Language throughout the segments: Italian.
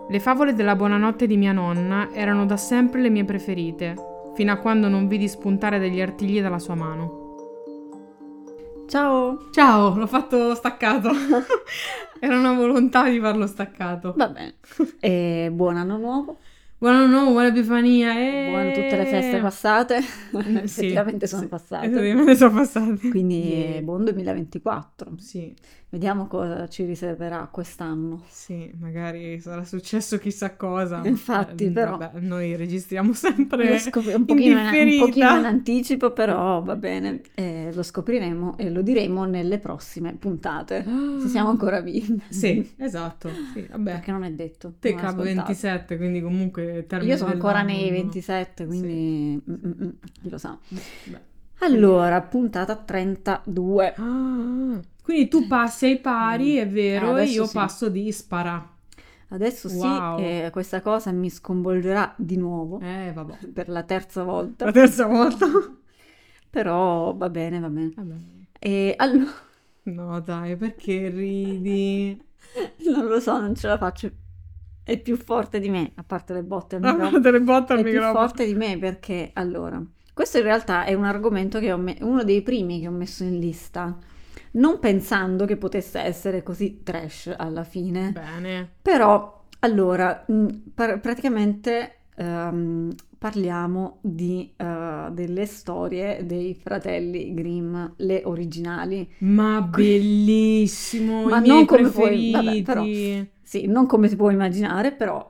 Le favole della buonanotte di mia nonna erano da sempre le mie preferite, fino a quando non vidi spuntare degli artigli dalla sua mano. Ciao! Ciao, l'ho fatto staccato. Era una volontà di farlo staccato. Va bene. E buon anno nuovo, Buon anno nuovo, buona Epifania. buone tutte le feste passate. Sì, Effettivamente sono passate. Effettivamente sono passate. Quindi Yeah. buon 2024. Sì, Vediamo cosa ci riserverà quest'anno. sì, magari sarà successo chissà cosa. Infatti, però. Vabbè, noi registriamo sempre Un pochino indifferita. in anticipo, però va bene. Lo scopriremo e lo diremo nelle prossime puntate. Se siamo ancora vivi. Sì, esatto. Sì, vabbè. Perché non è detto. Te non è capo scontato. 27, quindi comunque termine Io sono ancora dell'anno, nei no? 27, quindi chi lo sa. Beh. Allora, puntata 32. Ah, quindi tu passi ai pari, è vero, e adesso io sì. passo di spara. Adesso Wow. sì, questa cosa mi sconvolgerà di nuovo Vabbè. per la terza volta. La terza volta. Però va bene, va bene. Vabbè. E allora, No, dai, perché ridi? non lo so, non ce la faccio. È più forte di me, a parte le botte al Ah, microfono. te le botte al È più microfono. forte di me perché, allora, questo in realtà è un argomento che uno dei primi che ho messo in lista, non pensando che potesse essere così trash alla fine. Bene. Però, allora, praticamente parliamo delle storie dei fratelli Grimm, le originali. Ma bellissimo, Ma i miei non come puoi, vabbè, preferiti. però, sì, non come si può immaginare, però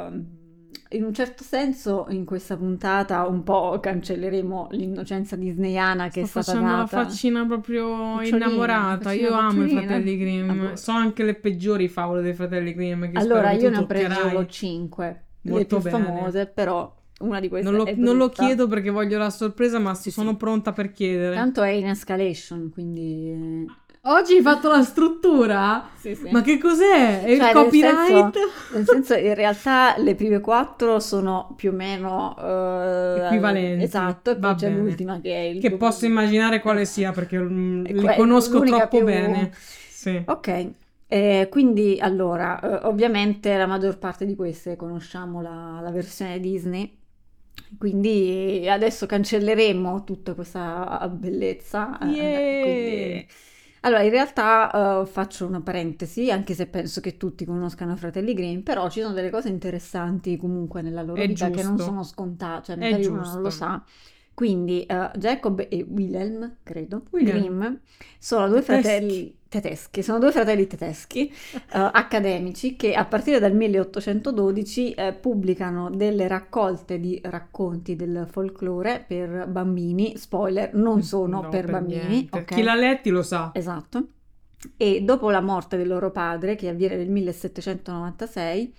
in un certo senso in questa puntata un po' cancelleremo l'innocenza disneyana che Sto è stata facendo la data. faccina proprio Cucciolina, innamorata. faccina Io amo i cucciolina. fratelli Grimm. Allora. So anche le peggiori favole dei fratelli Grimm che Allora, spero che io tu ne ho prese solo toccherai. 5, le Molto più bene. famose, però una di queste Non è lo brutta. chiedo perché voglio la sorpresa, ma Sì, sono sì. pronta per chiedere. Tanto è in escalation, quindi... Oggi hai fatto la struttura? Sì, sì. Ma che cos'è? È il Cioè, copyright? nel senso, in realtà le prime 4 sono più o meno Equivalenti. esatto, e poi Va c'è bene. l'ultima che è il Che posso immaginare quale Esatto. sia perché E li è conosco l'unica troppo più- bene. Sì. Ok, quindi allora, ovviamente la maggior parte di queste conosciamo la versione Disney, quindi adesso cancelleremo tutta questa bellezza. Yeah. Quindi... Allora, in realtà faccio una parentesi, anche se penso che tutti conoscano i Fratelli Grimm, però ci sono delle cose interessanti comunque nella loro È vita che non giusto. sono scontate, cioè È magari uno non giusto. lo sa. Quindi Jacob e Wilhelm, credo, Wilhelm. Grimm, sono due Tedeschi. fratelli tedeschi, sono due fratelli tedeschi accademici che a partire dal 1812 pubblicano delle raccolte di racconti del folklore per bambini. Spoiler, non sono No, per bambini, niente. ok? Chi l'ha letti lo sa. Esatto. E dopo la morte del loro padre, che avviene nel 1796,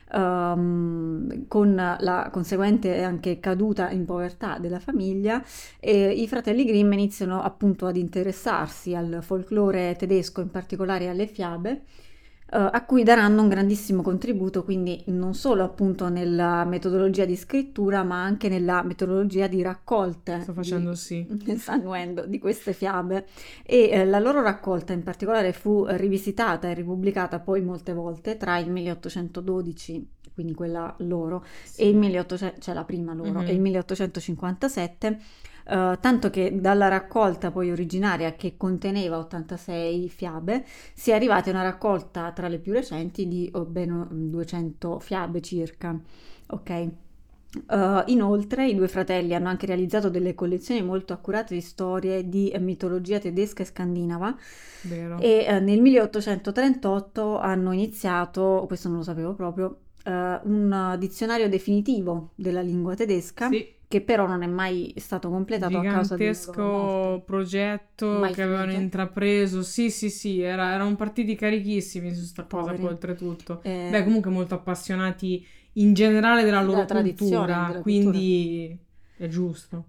con la conseguente anche caduta in povertà della famiglia, i fratelli Grimm iniziano appunto ad interessarsi al folklore tedesco, in particolare alle fiabe, a cui daranno un grandissimo contributo, quindi non solo appunto nella metodologia di scrittura, ma anche nella metodologia di raccolte. Sto facendo sì. Sta annuendo di queste fiabe. E la loro raccolta in particolare fu rivisitata e ripubblicata poi molte volte tra il 1812, quindi quella loro, e il 1800, cioè la prima loro, e il 1857. Tanto che dalla raccolta poi originaria, che conteneva 86 fiabe, si è arrivati a una raccolta tra le più recenti di ben 200 fiabe circa. Ok. Inoltre i due fratelli hanno anche realizzato delle collezioni molto accurate di storie di mitologia tedesca e scandinava. Vero. E nel 1838 hanno iniziato, questo non lo sapevo proprio, un dizionario definitivo della lingua tedesca, Sì. che però non è mai stato completato a causa della loro Gigantesco morte. progetto Mai che avevano finito. intrapreso. Sì, erano partiti carichissimi su sta cosa Poveri. poi oltretutto. Eh, Beh, comunque molto appassionati in generale della loro tradizione, cultura, della quindi è giusto.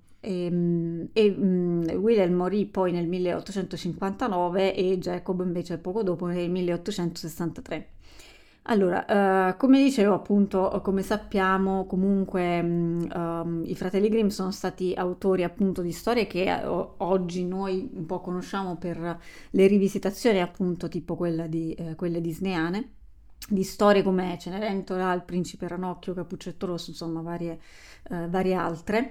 Wilhelm morì poi nel 1859 e Jacob invece poco dopo nel 1863. Allora, come dicevo appunto, come sappiamo comunque i fratelli Grimm sono stati autori appunto di storie che oggi noi un po' conosciamo per le rivisitazioni appunto tipo quelle disneyane. di storie come Cenerentola, Il principe Ranocchio, Cappuccetto Rosso, insomma varie altre.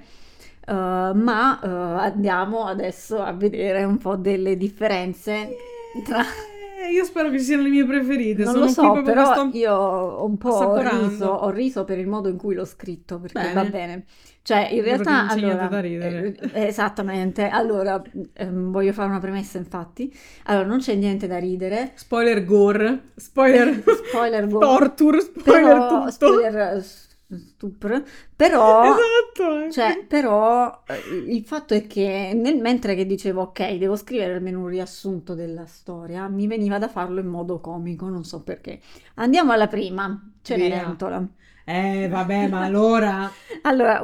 Ma andiamo adesso a vedere un po' delle differenze tra... Io spero che siano le mie preferite, Non lo sono qui so, proprio che però sto io un po' assaporando. ho riso per il modo in cui l'ho scritto, perché va Bene, bene. Cioè, in anche perché non realtà, c'è niente da allora, ridere. esattamente, allora, voglio fare una premessa, infatti. Allora, non c'è niente da ridere, Spoiler gore, spoiler spoiler gore, torture, spoiler però, tutto. spoiler stupro, però, Esatto. cioè, però il fatto è che mentre che dicevo, ok, devo scrivere almeno un riassunto della storia, mi veniva da farlo in modo comico, non so perché. Andiamo alla prima, Via. Cenerentola. Vabbè, ma allora... Allora,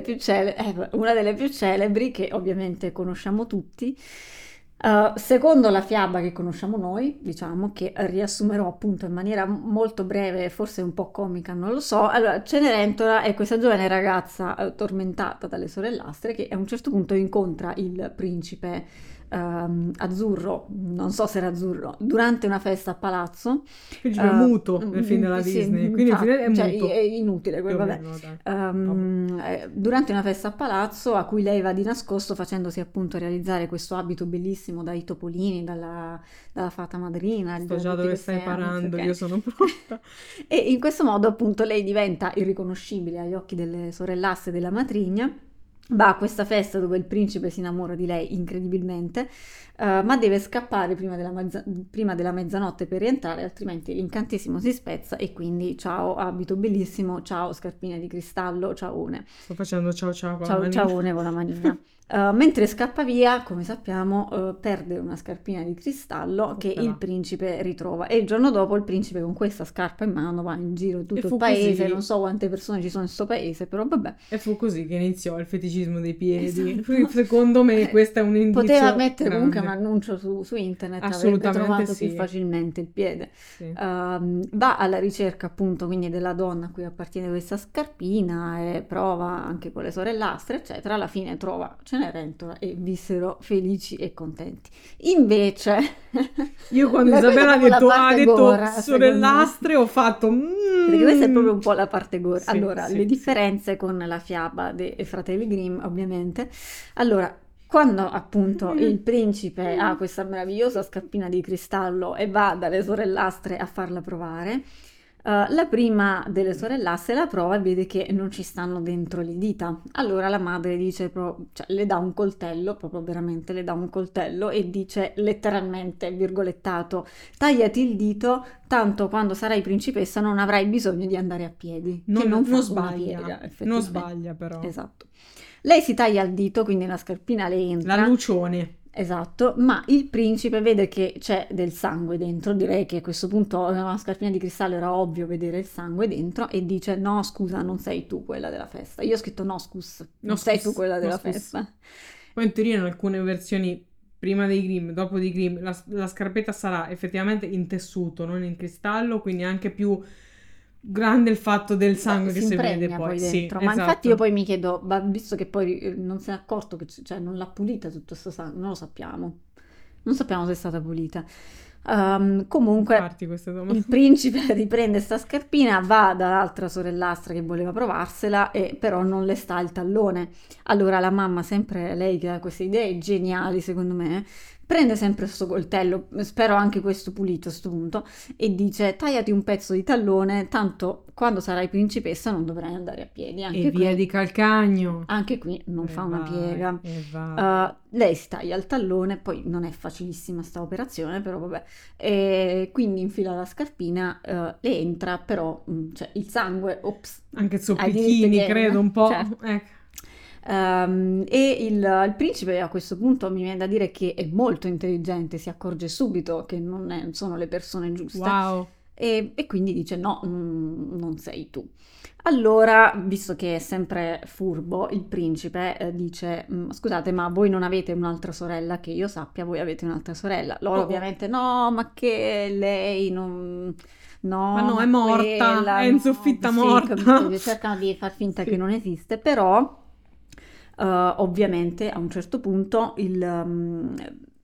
una delle più celebri, che ovviamente conosciamo tutti, secondo la fiaba che conosciamo noi, diciamo, che riassumerò appunto in maniera molto breve, forse un po' comica, non lo so. Allora, Cenerentola è questa giovane ragazza tormentata dalle sorellastre che a un certo punto incontra il principe azzurro, non so se era azzurro, durante una festa a palazzo. Il principe è muto nel film della Sì, Disney, quindi il film è cioè muto. è inutile, Più o vabbè. meno, dai. Vabbè. Durante una festa a palazzo a cui lei va di nascosto facendosi appunto realizzare questo abito bellissimo dai topolini, dalla fata madrina, Sto da già tutti dove questi stai annunci, parando, ok? io sono pronta. E in questo modo appunto lei diventa irriconoscibile agli occhi delle sorellastre della matrigna. Va a questa festa dove il principe si innamora di lei incredibilmente, ma deve scappare prima della mezzanotte per rientrare, altrimenti l'incantesimo si spezza e quindi ciao abito bellissimo, ciao scarpine di cristallo, ciaone. Sto facendo ciao ciao con la Ciao, manina. ciaone con la manina. Mentre scappa via, come sappiamo, perde una scarpina di cristallo che il Oppela. principe ritrova. E il giorno dopo il principe con questa scarpa in mano va in giro in E tutto il fu paese. così, Non so quante persone ci sono in questo paese, però vabbè. e fu così che iniziò il feticismo dei piedi. Esatto. Secondo me questo è un Poteva indizio mettere comunque un grande. annuncio su internet, avrebbe Assolutamente trovato più sì. facilmente il piede. Sì. Va alla ricerca appunto quindi della donna a cui appartiene questa scarpina e prova anche con le sorellastre, eccetera. Alla fine trova Cenerentola e vissero felici e contenti. Invece, Io quando ma questa è Isabella ha proprio la detto, parte gora, secondo me. sorellastre, ho fatto... Perché questa è proprio un po' la parte gore. Sì, Allora, sì, le sì. differenze con la fiaba dei fratelli Grimm, ovviamente. Allora, quando appunto il principe ha questa meravigliosa scarpina di cristallo e va dalle sorellastre a farla provare, la prima delle sorellastre la prova e vede che non ci stanno dentro le dita. Allora la madre dice, cioè, le dà un coltello, proprio veramente le dà un coltello e dice letteralmente, virgolettato, tagliati il dito, tanto quando sarai principessa non avrai bisogno di andare a piedi. Che non fa una sbaglia, piega, non effettivamente. sbaglia però. Esatto. Lei si taglia il dito, quindi la scarpina le La entra. lucione. Esatto, ma il principe vede che c'è del sangue dentro, direi che a questo punto una scarpina di cristallo era ovvio vedere il sangue dentro e dice no scusa non sei tu quella della festa. Io ho scritto no scusa, non No, sei scus, tu quella no, della scus. festa. Poi in teoria in alcune versioni, prima dei Grimm, dopo dei Grimm, la scarpetta sarà effettivamente in tessuto, non in cristallo, quindi anche più grande il fatto del sangue che Si si vede impregna poi. poi Sì, dentro, ma infatti io esatto. poi mi chiedo, ma visto che poi non si è accorto che cioè, non l'ha pulita tutto questo sangue, non lo sappiamo. Non sappiamo se è stata pulita. Comunque, Farti queste domande. il principe riprende sta scarpina, va dall'altra sorellastra che voleva provarsela, e però non le sta il tallone. Allora la mamma, sempre lei che ha queste idee geniali secondo me, prende sempre questo coltello, spero anche questo pulito a sto punto, e dice tagliati un pezzo di tallone, tanto quando sarai principessa non dovrai andare a piedi. E via di calcagno. Anche qui non fa una vai, piega. e vai. Lei si taglia il tallone, poi non è facilissima sta operazione, però vabbè. E quindi infila la scarpina, le entra, però cioè, il sangue, ops, Anche ai diritti zoppichini, game, credo, un po'. certo. Ecco. E il principe a questo punto mi viene da dire che è molto intelligente, si accorge subito che non sono le persone giuste. Wow. E quindi dice no, non sei tu. Allora, visto che è sempre furbo, il principe dice scusate, ma voi non avete un'altra sorella che io sappia, voi avete un'altra sorella. Loro Oh. ovviamente no, ma che lei non... No, Ma no, è morta, quella, è in no. soffitta Sì, morta. cercano di far finta Sì. che non esiste, però ovviamente a un certo punto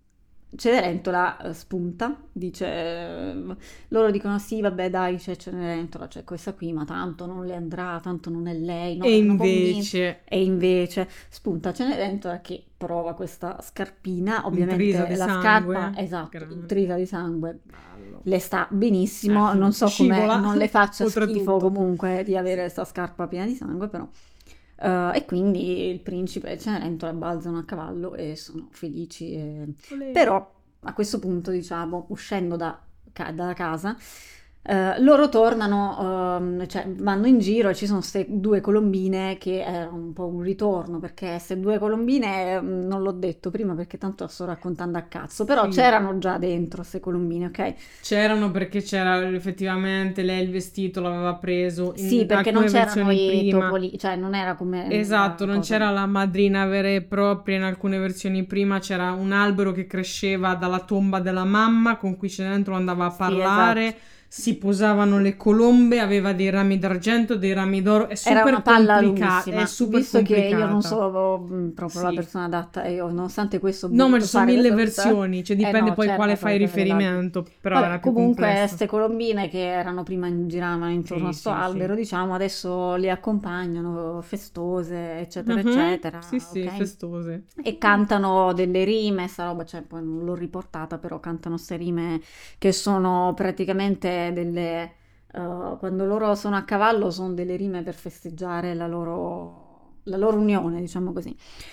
Cenerentola spunta, dice, loro dicono sì, vabbè dai, c'è Cenerentola, c'è questa qui, ma tanto non le andrà, tanto non è lei, no? E Erano convinti. invece, E invece spunta Cenerentola che prova questa scarpina, intrisa ovviamente di la scarpa, sangue, esatto, grande, intrisa di sangue, bello. le sta benissimo, non so come Scivola, non le faccia schifo oltretutto. comunque di avere Sì. questa scarpa piena di sangue, però. E quindi il principe e Cenerentola balzano a cavallo e sono felici. Olè. Però a questo punto, diciamo, uscendo dalla casa, loro tornano, cioè vanno in giro e ci sono queste due colombine che erano un po' un ritorno, perché queste due colombine, non l'ho detto prima perché tanto la sto raccontando a cazzo, però Sì, c'erano già dentro queste colombine, ok? c'erano perché c'era effettivamente lei il vestito l'aveva preso Sì, in perché non alcune c'erano versioni i prima. topoli, cioè non era come Esatto, nella non cosa. c'era la madrina vera e propria in alcune versioni prima, c'era un albero che cresceva dalla tomba della mamma con cui Cenerentola andava a Sì, esatto. parlare, si posavano le colombe, aveva dei rami d'argento, dei rami d'oro, Era una palla è lunghissima, super visto che io non complicata. sono proprio la Sì. persona adatta e io nonostante questo ho No, ma ci voluto sono fare mille questa puntata. versioni, cioè Eh dipende no, poi quale certo, fai quella dell'albero. riferimento, però era Vabbè, più comunque complessa. ste colombine che erano prima giravano intorno a Sì, sto sì, sì. albero, diciamo, adesso li accompagnano festose, eccetera, Mhm, sì, eccetera, sì, ok? festose. E cantano delle rime, sta roba, cioè poi non l'ho riportata, però cantano ste rime che sono praticamente delle quando loro sono a cavallo sono delle rime per festeggiare la loro unione, diciamo così.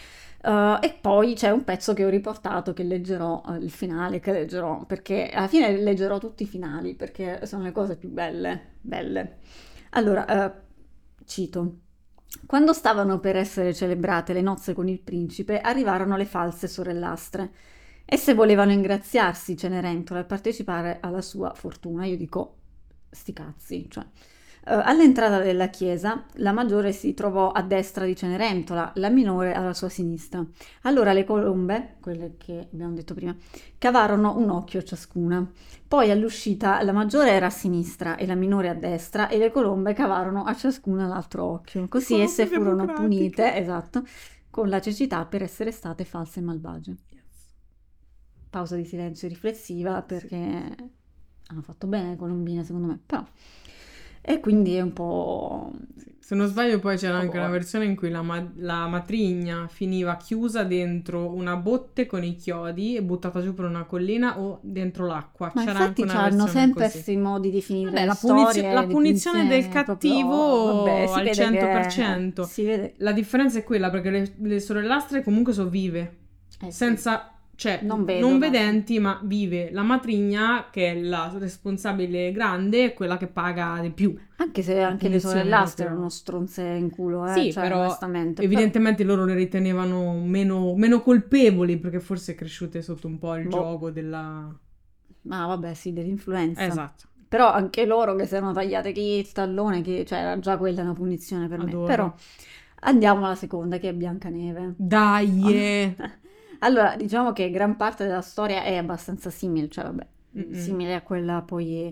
E poi c'è un pezzo che ho riportato che leggerò, il finale che leggerò, perché alla fine leggerò tutti i finali, perché sono le cose più belle, belle. Allora, cito. Quando stavano per essere celebrate le nozze con il principe, arrivarono le false sorellastre. Esse volevano ingraziarsi Cenerentola e partecipare alla sua fortuna. Io dico, sti cazzi, cioè. All'entrata della chiesa, la maggiore si trovò a destra di Cenerentola, la minore alla sua sinistra. Allora le colombe, quelle che abbiamo detto prima, cavarono un occhio ciascuna. Poi all'uscita la maggiore era a sinistra e la minore a destra e le colombe cavarono a ciascuna l'altro occhio. Così Sono esse più furono democratiche. punite, esatto, con la cecità per essere state false e malvagie. Yes. Pausa di silenzio riflessiva Sì. perché hanno fatto bene le colombine secondo me, però. E quindi è un po'. Sì. Se non sbaglio poi c'era Un po' anche una gore. versione in cui la matrigna finiva chiusa dentro una botte con i chiodi e buttata giù per una collina o dentro l'acqua. Ma C'era anche infatti una c'hanno versione sempre così. questi modi di finire Vabbè, le la storie, di punizione del punizione proprio, vabbè, cattivo si al vede che 100%. si vede, La differenza è quella perché le sorellastre comunque sono vive, eh sì, senza, cioè, non non vedono, sì. vedenti, ma vive. La matrigna, che è la responsabile grande, è quella che paga di più. Anche se La anche le punizione sorellastre erano proprio. stronze in culo, Sì, cioè però onestamente, però, evidentemente loro le ritenevano meno colpevoli perché forse cresciute sotto un po' il boh, gioco della. ma vabbè sì, dell'influenza. Esatto, Però anche loro che si erano tagliate chi il tallone, cioè era già quella una punizione per me. adoro. Però andiamo alla seconda che è Biancaneve. Dai! Allora, diciamo che gran parte della storia è abbastanza simile, cioè vabbè, Mm-mm. simile a quella poi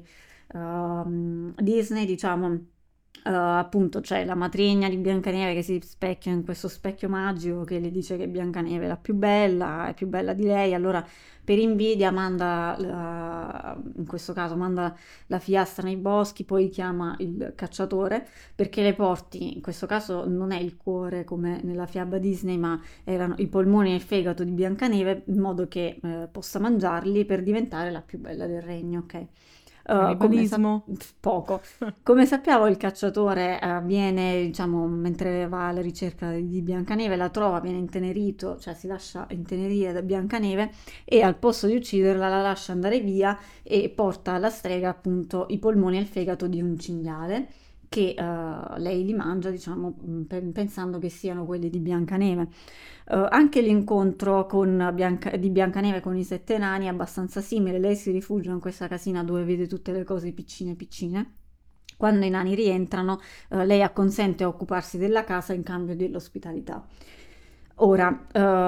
Disney, diciamo, appunto c'è la matrigna di Biancaneve che si specchia in questo specchio magico che le dice che Biancaneve è la più bella, è più bella di lei, allora per invidia manda, in questo caso manda la figliastra nei boschi, poi chiama il cacciatore perché le porti, in questo caso non è il cuore come nella fiaba Disney, ma erano i polmoni e il fegato di Biancaneve in modo che possa mangiarli per diventare la più bella del regno, ok? Come Cannibalismo? poco. Come sappiamo, il cacciatore viene, diciamo, mentre va alla ricerca di Biancaneve, la trova, viene intenerito, cioè si lascia intenerire da Biancaneve e al posto di ucciderla la lascia andare via e porta alla strega appunto i polmoni e il fegato di un cinghiale che lei li mangia, diciamo, pensando che siano quelli di Biancaneve. Anche l'incontro di Biancaneve con i sette nani è abbastanza simile. Lei si rifugia in questa casina dove vede tutte le cose piccine piccine. Quando i nani rientrano, lei acconsente a occuparsi della casa in cambio dell'ospitalità. Ora,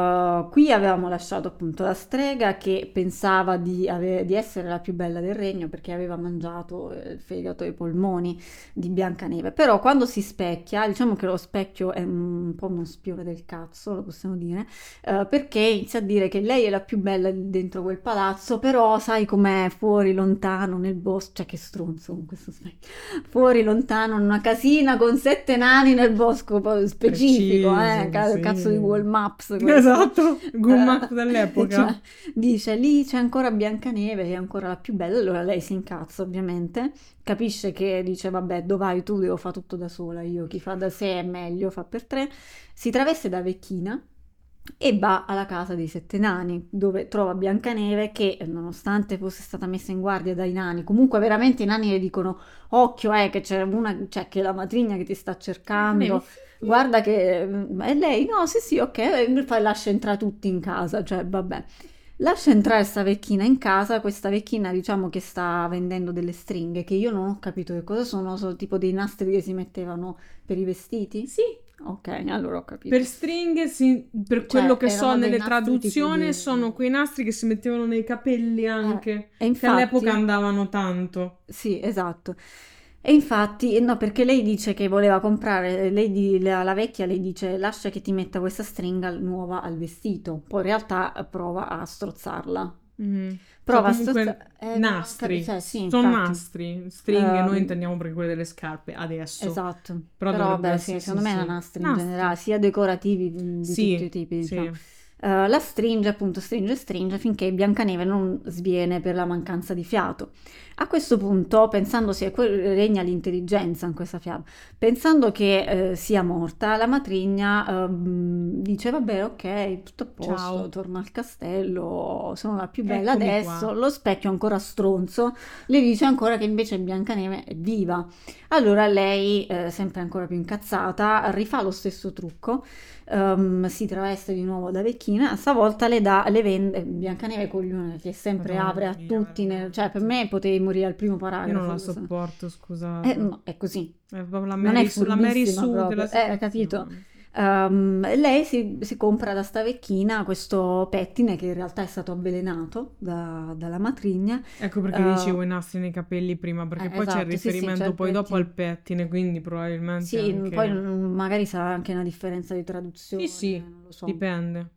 qui avevamo lasciato appunto la strega che pensava di essere la più bella del regno perché aveva mangiato il fegato e i polmoni di Biancaneve. Però quando si specchia, diciamo che lo specchio è un po' uno spione del cazzo, lo possiamo dire, perché inizia a dire che lei è la più bella dentro quel palazzo, però sai com'è fuori lontano nel bosco, cioè che stronzo con questo specchio, fuori lontano in una casina con 7 nani nel bosco specifico, Preciso, cazzo di sì. Google Maps questo. Esatto, Google Maps dell'epoca. Cioè, dice lì c'è ancora Biancaneve che è ancora la più bella, allora lei si incazza ovviamente, capisce che dice vabbè dov'hai tu, devo fare tutto da sola, io chi fa da sé è meglio, fa per tre, si traveste da vecchina e va alla casa dei 7 nani, dove trova Biancaneve che, nonostante fosse stata messa in guardia dai nani, comunque veramente i nani le dicono occhio, che c'è una, cioè che la matrigna che ti sta Biancaneve, cercando, sì, sì. guarda che... E lei, no, sì, sì, ok, e poi lascia entrare tutti in casa, cioè vabbè. Lascia entrare sta vecchina in casa, questa vecchina diciamo che sta vendendo delle stringhe, che io non ho capito che cosa sono tipo dei nastri che si mettevano per i vestiti? Sì, Ok, allora ho per capito. stringhe, per quello Cioè, che so erano dei nelle nastri tipo traduzioni, di... sono quei nastri che si mettevano nei capelli anche, E che all'epoca infatti, andavano tanto. sì, esatto. E infatti, no, perché lei dice che voleva comprare, la vecchia le dice lascia che ti metta questa stringa nuova al vestito, poi in realtà prova a strozzarla. Mhm. Cioè Prova a comunque strozzarla, nastri, cioè sì, sono infatti. nastri, stringhe noi Ehm, intendiamo per quelle delle scarpe adesso, esatto, però però dovrebbe vabbè essere, sì, sì, secondo me è una sì, nastri in generale, nastri, sia decorativi di tutti i sì, tipi, diciamo. sì. La stringe, appunto, stringe finché Biancaneve non sviene per la mancanza di fiato. A questo punto, pensandosi, regna l'intelligenza in questa fiaba, pensando che sia morta, la matrigna dice, vabbè, ok, tutto a posto, Ciao, torno al castello, sono la più bella eccomi adesso, qua. lo specchio ancora stronzo, le dice ancora che invece Biancaneve è viva. Allora lei, sempre ancora più incazzata, rifà lo stesso trucco, si traveste di nuovo da vecchina, stavolta le vende, Biancaneve coglione che sempre apre Madonna a mia, tutti, cioè per veramente. me potevi morire al primo Io non paragrafo. la Questo. sopporto, scusate. No, è così, È proprio non è La Mary furbissima Sue della proprio, capito? situazione. Sì. Lei si compra da sta vecchina questo pettine che in realtà è stato avvelenato dalla matrigna. Ecco perché Eh, dicevo i nastri nei capelli prima, perché poi c'è il esatto, sì, sì, c'è riferimento il poi dopo al pettine. pettine, quindi probabilmente Sì, poi anche... magari sarà anche una differenza di Sì, traduzione, sì, non lo so. dipende.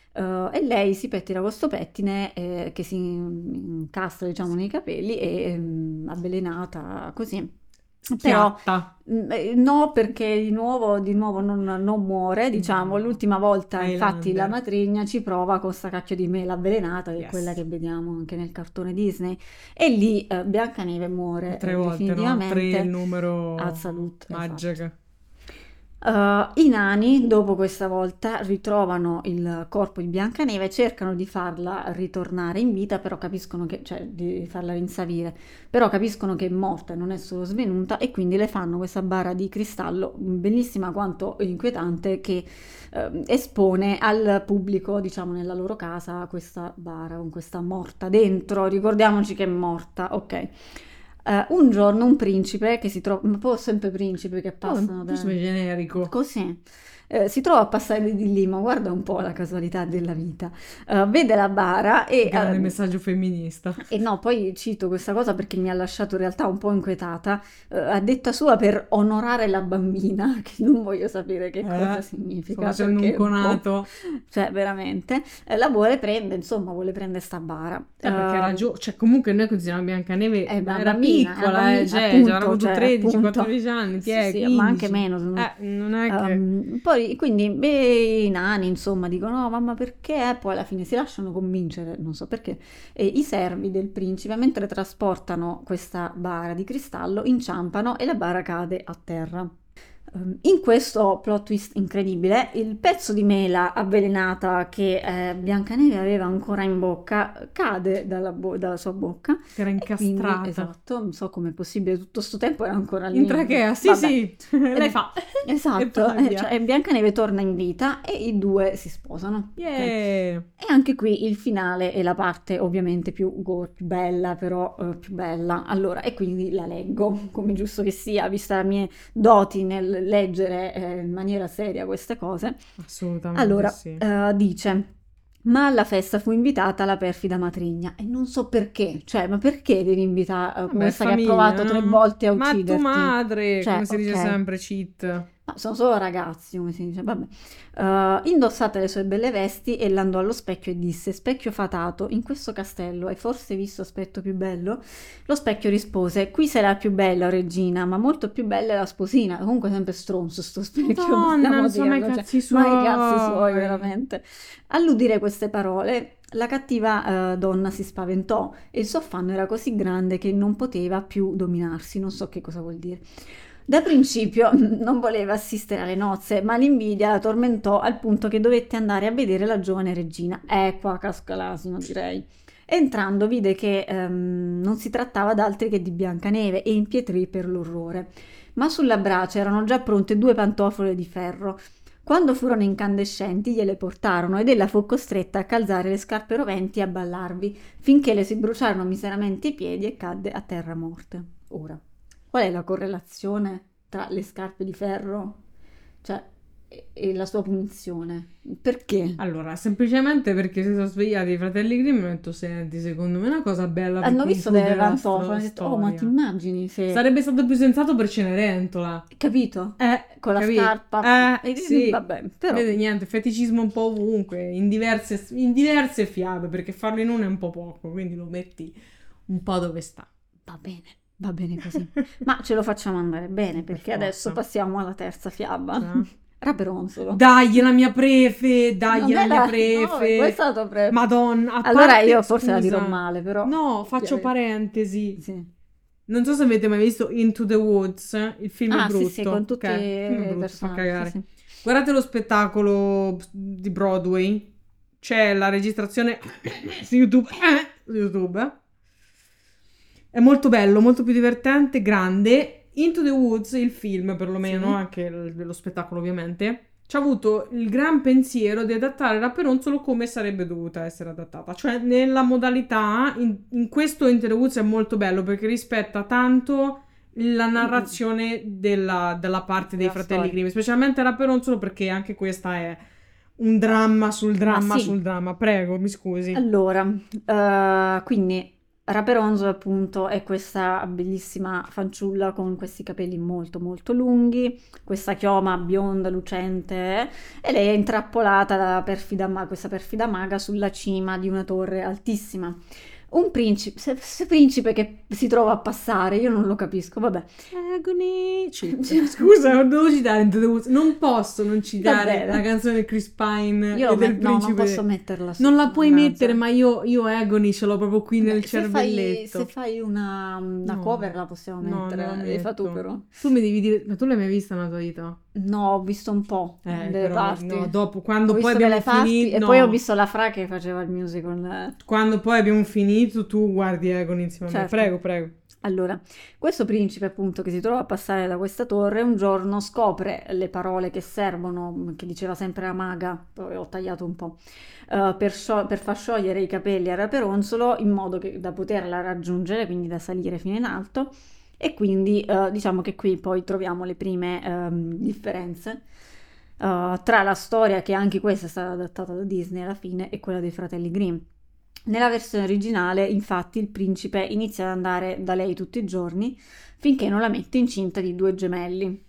E lei si pettina questo pettine che si incastra, diciamo, nei capelli e avvelenata così. Però Schiatta. no, perché di nuovo non muore, diciamo. No. L'ultima volta, infatti, la Highlander. matrigna ci prova con sta cacchio di mela avvelenata, che è quella Yes. che vediamo anche nel cartone Disney. E lì Biancaneve muore 3 volte, no? 3 è il definitivamente. A numero salute, esatto. magico. I nani, dopo questa volta, ritrovano il corpo di Biancaneve, cercano di farla ritornare in vita, però capiscono che, cioè di farla rinsavire, però capiscono che è morta e non è solo svenuta e quindi le fanno questa bara di cristallo, bellissima quanto inquietante, che espone al pubblico, diciamo, nella loro casa questa bara con questa morta dentro. Ricordiamoci che è morta, ok. Un giorno un principe che si trova, ma poi sempre principi che Oh, è un passano da... principe generico. Così, si trova a passare di lì, ma guarda un po' la casualità della vita. Vede la bara Grande messaggio femminista. e no, poi cito questa cosa perché mi ha lasciato in realtà un po' inquietata, a detta sua per onorare la bambina, che non voglio sapere che cosa Sto significa, facendo un perché boh, conato. cioè veramente, la vuole prendere, insomma, vuole prendere sta bara. Perché era cioè comunque noi consideriamo È Biancaneve, una era bambina, piccola, cioè avrà appunto, avuto cioè 13, appunto, 14 anni, ti sì è, sì, ma anche 15. meno secondo me. Non è che... Poi quindi beh, i nani insomma dicono no mamma perché? Poi alla fine si lasciano convincere, non so perché, e i servi del principe mentre trasportano questa bara di cristallo inciampano e la bara cade a terra. In questo plot twist incredibile, il pezzo di mela avvelenata che Biancaneve aveva ancora in bocca cade dalla sua bocca Che era e quindi, incastrata. esatto, non so come è possibile, tutto sto tempo era ancora In lì. trachea, sì, Vabbè. sì, lei Eh, fa. E Esatto, poi via. cioè Biancaneve torna in vita e i due si sposano. Ok? Yeah. E anche qui il finale è la parte ovviamente più bella, però più bella. Allora, e quindi la leggo, come giusto che sia, vista le mie doti leggere in maniera seria queste cose. Assolutamente Allora, sì. dice, ma alla festa fu invitata la perfida matrigna e non so perché, cioè, ma perché devi invitare Vabbè, questa che ha famiglia, provato 3 no? volte a Ma tu ucciderti? madre, Cioè, come si dice ok. sempre, cheat. Ma sono solo ragazzi, come si dice, vabbè. Indossate le sue belle vesti, ella andò allo specchio e disse: Specchio fatato, in questo castello hai forse visto aspetto più bello? Lo specchio rispose: Qui sei la più bella, o regina, ma molto più bella è la sposina. Comunque sempre stronzo sto specchio, Madonna, possiamo non so mai i dirlo, cioè, cazzi ma i cazzi suoi, suoi. veramente. All'udire queste parole, la cattiva donna si spaventò e il suo affanno era così grande che non poteva più dominarsi. Non so che cosa vuol dire. Da principio non voleva assistere alle nozze, ma l'invidia la tormentò al punto che dovette andare a vedere la giovane regina. Qua casca l'asino, direi. Entrando vide che non si trattava d'altri che di Biancaneve e impietrì per l'orrore. Ma sulla brace erano già pronte 2 pantofole di ferro. Quando furono incandescenti gliele portarono ed ella fu costretta a calzare le scarpe roventi e a ballarvi, finché le si bruciarono miseramente i piedi e cadde a terra morte. Ora, qual è la correlazione tra le scarpe di ferro, cioè, e la sua punizione? Perché? Allora, semplicemente perché si sono svegliati i fratelli Grimm e hanno detto, senti, secondo me è una cosa bella per Hanno visto delle concludere la pantofole, hanno detto, oh, ma ti storia. immagini se... Sarebbe stato più sensato per Cenerentola. Capito? Con la Capì? scarpa... Sì. Vabbè, però... Vede niente, feticismo un po' ovunque, in diverse fiabe, perché farlo in una è un po' poco, quindi lo metti un po' dove sta. Va bene così. Ma ce lo facciamo andare bene, Per perché adesso forza. passiamo alla terza fiaba. Cioè? Raperonzolo. Dai, la mia prefe, dai, Non la è mia la... No, prefe. questo è stato breve. Madonna, a Allora parte, io forse la dirò scusa. male, però... No, faccio parentesi. Sì. Non so se avete mai visto Into the Woods, il film è Ah, sì, brutto. con tutti Ok, il film è i brutto, fa personaggi, sì, cagare. sì. Guardate lo spettacolo di Broadway. C'è la registrazione su YouTube. Su YouTube. È molto bello, molto più divertente, grande. Into the Woods, il film perlomeno, Sì. anche lo spettacolo ovviamente, ci ha avuto il gran pensiero di adattare Raperonzolo come sarebbe dovuta essere adattata. Cioè nella modalità, in questo Into the Woods è molto bello perché rispetta tanto la narrazione della parte dei Della fratelli storia. Grimm, specialmente Raperonzolo perché anche questa è un dramma sul Ma dramma sì, sul dramma. Prego, mi scusi. allora, quindi Raperonzo appunto è questa bellissima fanciulla con questi capelli molto molto lunghi, questa chioma bionda lucente e lei è intrappolata da questa perfida maga sulla cima di una torre altissima. Un principe, se principe che si trova a passare, io non lo capisco, vabbè. Agony. Scusa, non devo citare Into the Woods. Non posso non Va citare la bene. canzone di Chris Pine Io e del no, non principe. posso metterla su, Non la puoi mannaggia. mettere, ma io Agony ce l'ho proprio qui nel Beh, se cervelletto. fai una No, cover la possiamo no, non la mettere, devi fa tu metto. però. Tu mi devi dire, ma tu l'hai mai vista nella tua vita? No, ho visto un po' delle Però parti. no, dopo, Ho quando poi visto abbiamo delle parti finito, e poi ho no, visto la Fra che faceva il musical. quando poi abbiamo finito, tu guardi Agony insieme a me. Certo. Prego, prego. Allora, questo principe appunto che si trova a passare da questa torre un giorno scopre le parole che servono, che diceva sempre la maga, poi ho tagliato un po', per far sciogliere i capelli a Raperonzolo in modo da poterla raggiungere, quindi da salire fino in alto. E quindi diciamo che qui poi troviamo le prime differenze tra la storia, che anche questa è stata adattata da Disney alla fine, e quella dei fratelli Grimm. Nella versione originale, infatti, il principe inizia ad andare da lei tutti i giorni finché non la mette incinta di 2 gemelli.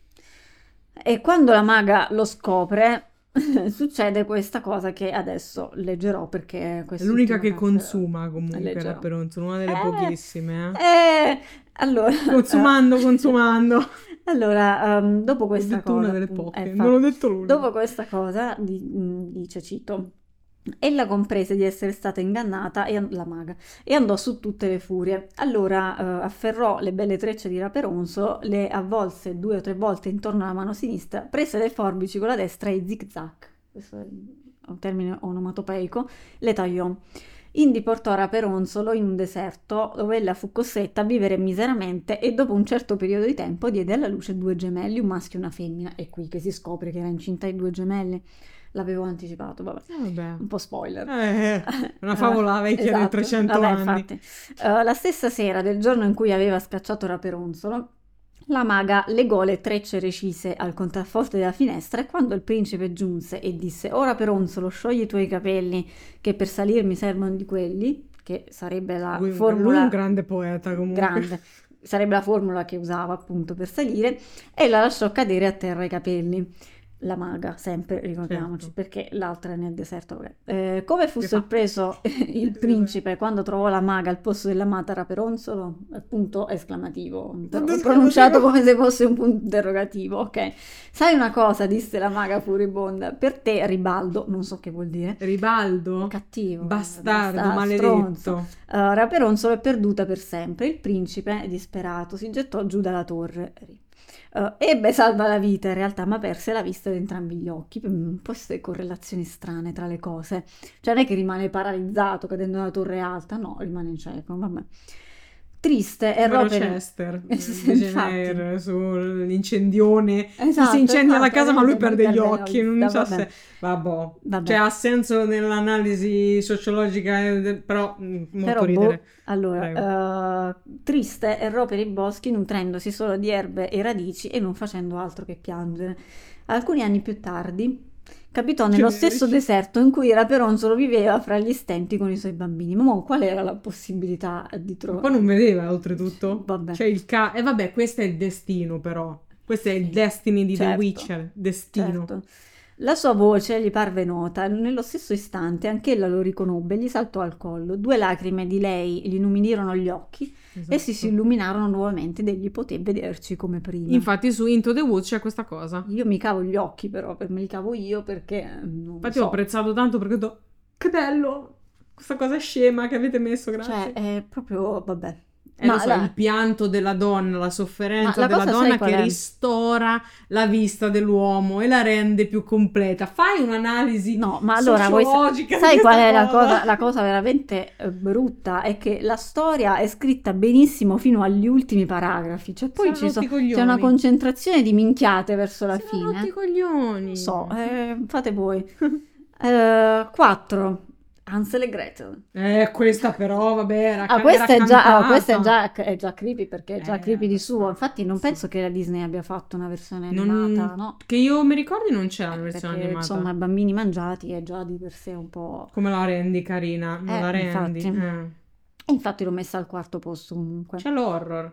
E quando la maga lo scopre, succede questa cosa che adesso leggerò perché È l'unica che parte consuma comunque leggerò. Raperonzolo, una delle pochissime, Allora, Consumando. allora, dopo Ho questa detto una cosa, delle appunto, poche, non ho detto l'unica. dopo questa cosa, dice Cito, ella comprese di essere stata ingannata la maga e andò su tutte le furie. Allora afferrò le belle trecce di Raperonzo, le avvolse 2 o 3 volte intorno alla mano sinistra, prese le forbici con la destra e zig-zag, questo è un termine onomatopeico, le tagliò. Indi portò Raperonzolo in un deserto dove ella fu costretta a vivere miseramente e dopo un certo periodo di tempo diede alla luce 2 gemelli, un maschio e una femmina. È qui che si scopre che era incinta di 2 gemelli. L'avevo anticipato, vabbè. Vabbè. Un po' spoiler. Una favola vecchia di Esatto. 300 Vabbè, anni. infatti. La stessa sera del giorno in cui aveva scacciato Raperonzolo, La maga legò le trecce recise al contrafforte della finestra e quando il principe giunse e disse «Ora Peronzolo, sciogli i tuoi capelli, che per salirmi servono di quelli», che sarebbe la Lui è un formula grande poeta comunque. grande, sarebbe la formula che usava appunto per salire, e la lasciò cadere a terra i capelli. La maga, sempre ricordiamoci, Certo. perché l'altra è nel deserto. Vabbè. Come fu Che fa? sorpreso il principe quando trovò la maga al posto dell'amata Raperonzolo? Punto esclamativo, però Punto pronunciato esclamativo. come se fosse un punto interrogativo. Ok, sai una cosa, disse la maga furibonda, per te Ribaldo, non so che vuol dire, Ribaldo? cattivo, Bastardo, stronzo. maledetto. Raperonzolo è perduta per sempre. Il principe, disperato, si gettò giù dalla torre. Ebbe salva la vita in realtà, ma perse la vista di entrambi gli occhi. Un po' queste correlazioni strane tra le cose. Cioè non è che rimane paralizzato cadendo da una torre alta, no, rimane cieco, vabbè. Triste e Povero Roper... Chester, Sì, di infatti. Jane sull'incendione. Esatto, Si incendia la esatto, casa ma lui ovviamente perde gli perde la occhi. Non vista, so vabbè. se... Vabbè. Vabbè. Cioè ha senso nell'analisi sociologica, però molto Però, ridere. allora, Prego. triste errò per i boschi nutrendosi solo di erbe e radici e non facendo altro che piangere. Alcuni anni più tardi capitò nello stesso Generici. deserto in cui Raperonzolo viveva fra gli stenti con i suoi bambini. Ma mo, qual era la possibilità di Ma trovare? poi non vedeva oltretutto. Vabbè. Cioè e vabbè, questo è il destino però. Questo è il Sì, destiny di The certo, Witcher. Destino. certo. La sua voce gli parve nota e nello stesso istante anch'ella lo riconobbe e gli saltò al collo. 2 lacrime di lei gli inumidirono gli occhi. Essi si Esatto. illuminarono nuovamente ed egli poté vederci come prima. Infatti su Into the Woods c'è questa cosa. Io mi cavo gli occhi però, me li cavo io perché non Infatti so. ho apprezzato tanto perché ho detto, che bello, questa cosa scema che avete messo, Cioè grazie. è proprio, vabbè. Lo so, il pianto della donna, la sofferenza la della cosa, sai donna qual che è? ristora la vista dell'uomo e la rende più completa. Fai un'analisi No, ma allora sociologica di sai qual questa è la cosa? la cosa veramente brutta? È che la storia è scritta benissimo fino agli ultimi paragrafi, cioè poi Sono rotti i c'è una coglioni. concentrazione di minchiate verso la Sono rotti i fine. coglioni. Non so, fate voi. 4. Hansel e Gretel. Questa però, vabbè, era Questa è cantata. questa è già creepy perché è già creepy di suo. abbastanza, Infatti non sì. penso che la Disney abbia fatto una versione animata, no? Che io mi ricordi non c'era la versione Perché animata. insomma bambini mangiati è già di per sé un po'... Come la rendi carina? Non la rendi? infatti. E infatti l'ho messa al 4 posto comunque. C'è l'horror.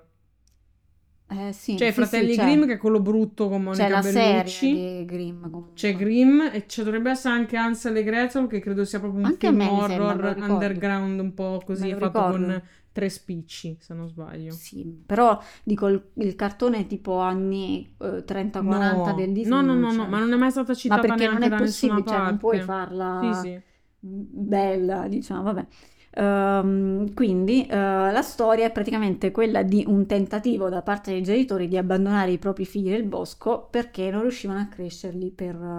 Sì, C'è i sì, fratelli sì, c'è. Grimm che è quello brutto con C'è Monica la Bellucci. serie di Grimm comunque. C'è Grimm e ci dovrebbe essere anche Hansel e Gretel che credo sia proprio un Anche a film me mi sembra, me lo horror ricordo. underground un po' Me così lo fatto ricordo. con 3 spicci se non sbaglio. Sì, però dico il cartone tipo anni 30-40 del Disney No, non c'è. ma non è mai stata Ma citata perché non neanche è da nessuna possibile, cioè non puoi parte. farla Sì. bella, diciamo, vabbè. Quindi la storia è praticamente quella di un tentativo da parte dei genitori di abbandonare i propri figli nel bosco perché non riuscivano a crescerli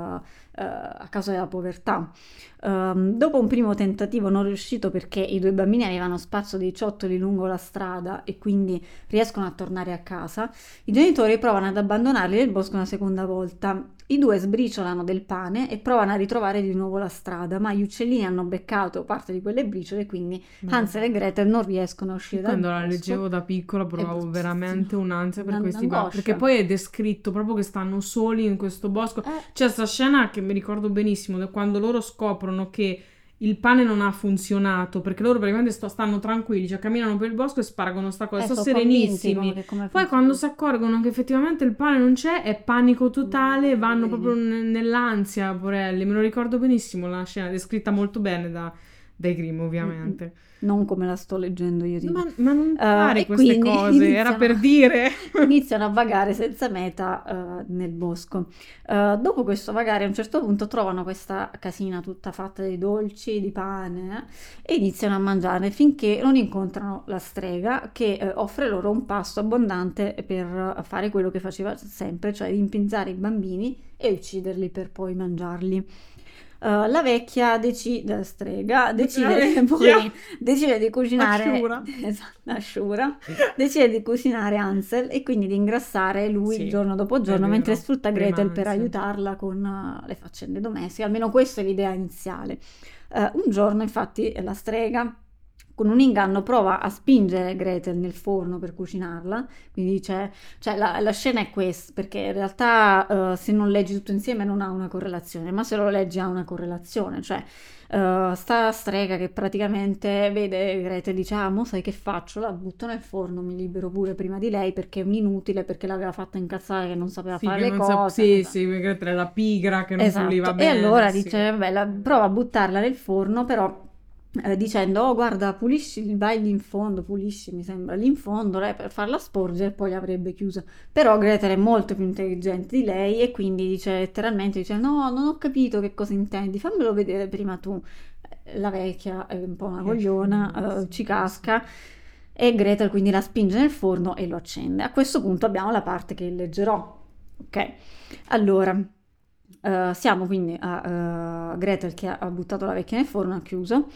a causa della povertà. Dopo un primo tentativo non riuscito perché i 2 bambini avevano spazio dei ciottoli lungo la strada e quindi riescono a tornare a casa, i genitori provano ad abbandonarli nel bosco una seconda volta. I 2 sbriciolano del pane e provano a ritrovare di nuovo la strada, ma gli uccellini hanno beccato parte di quelle briciole e quindi Hansel e Gretel non riescono a uscire dal Quando la bosco. leggevo da piccola provavo bruttissimo. veramente un'ansia per questi Un'angoscia. perché poi è descritto proprio che stanno soli in questo bosco. C'è sta scena che mi ricordo benissimo da quando loro scoprono che il pane non ha funzionato perché loro praticamente stanno tranquilli, cioè camminano per il bosco e spargono sta cosa, sono sono convinti serenissimi. come Poi funziona. quando si accorgono che effettivamente il pane non c'è è panico totale, vanno proprio nell'ansia, porelli. Me lo ricordo benissimo la scena, descritta molto bene dai Grimm ovviamente. Non come la sto leggendo io, dico. Ma non fare e queste quindi cose, era per dire. iniziano a vagare senza meta nel bosco. Dopo questo vagare a un certo punto trovano questa casina tutta fatta di dolci, di pane e iniziano a mangiare finché non incontrano la strega che offre loro un pasto abbondante per fare quello che faceva sempre, cioè rimpinzare i bambini e ucciderli per poi mangiarli. La vecchia la strega decide poi decide di cucinare Ashura. Esatto, Ashura decide di cucinare Hansel e quindi di ingrassare lui Sì, giorno dopo è giorno vero, mentre sfrutta Gretel per primanze. aiutarla con le faccende domestiche, almeno questa è l'idea iniziale. Un giorno infatti la strega con un inganno prova a spingere Gretel nel forno per cucinarla, quindi dice, cioè la scena è questa, perché in realtà se non leggi tutto insieme non ha una correlazione, ma se lo leggi ha una correlazione, cioè sta strega che praticamente vede Gretel e dice, ah, mo sai che faccio? La butto nel forno, mi libero pure prima di lei perché è un inutile, perché l'aveva fatta incazzare che non sapeva Sì, fare che le non sa... cose. Sì, Esatto. sì, perché era la pigra che non puliva Esatto, e bene, allora sì. dice, vabbè, prova a buttarla nel forno, però dicendo, oh guarda, pulisci, vai lì in fondo, pulisci, mi sembra, lì in fondo, lei per farla sporgere poi l'avrebbe chiusa. Però Gretel è molto più intelligente di lei e quindi dice letteralmente, dice, no, non ho capito che cosa intendi, fammelo vedere prima tu. La vecchia è un po' una Che scema, cogliona, sì, ci sì, sì. casca e Gretel quindi la spinge nel forno e lo accende. A questo punto abbiamo la parte che leggerò. Ok, allora, siamo quindi a Gretel che ha buttato la vecchia nel forno, ha chiuso,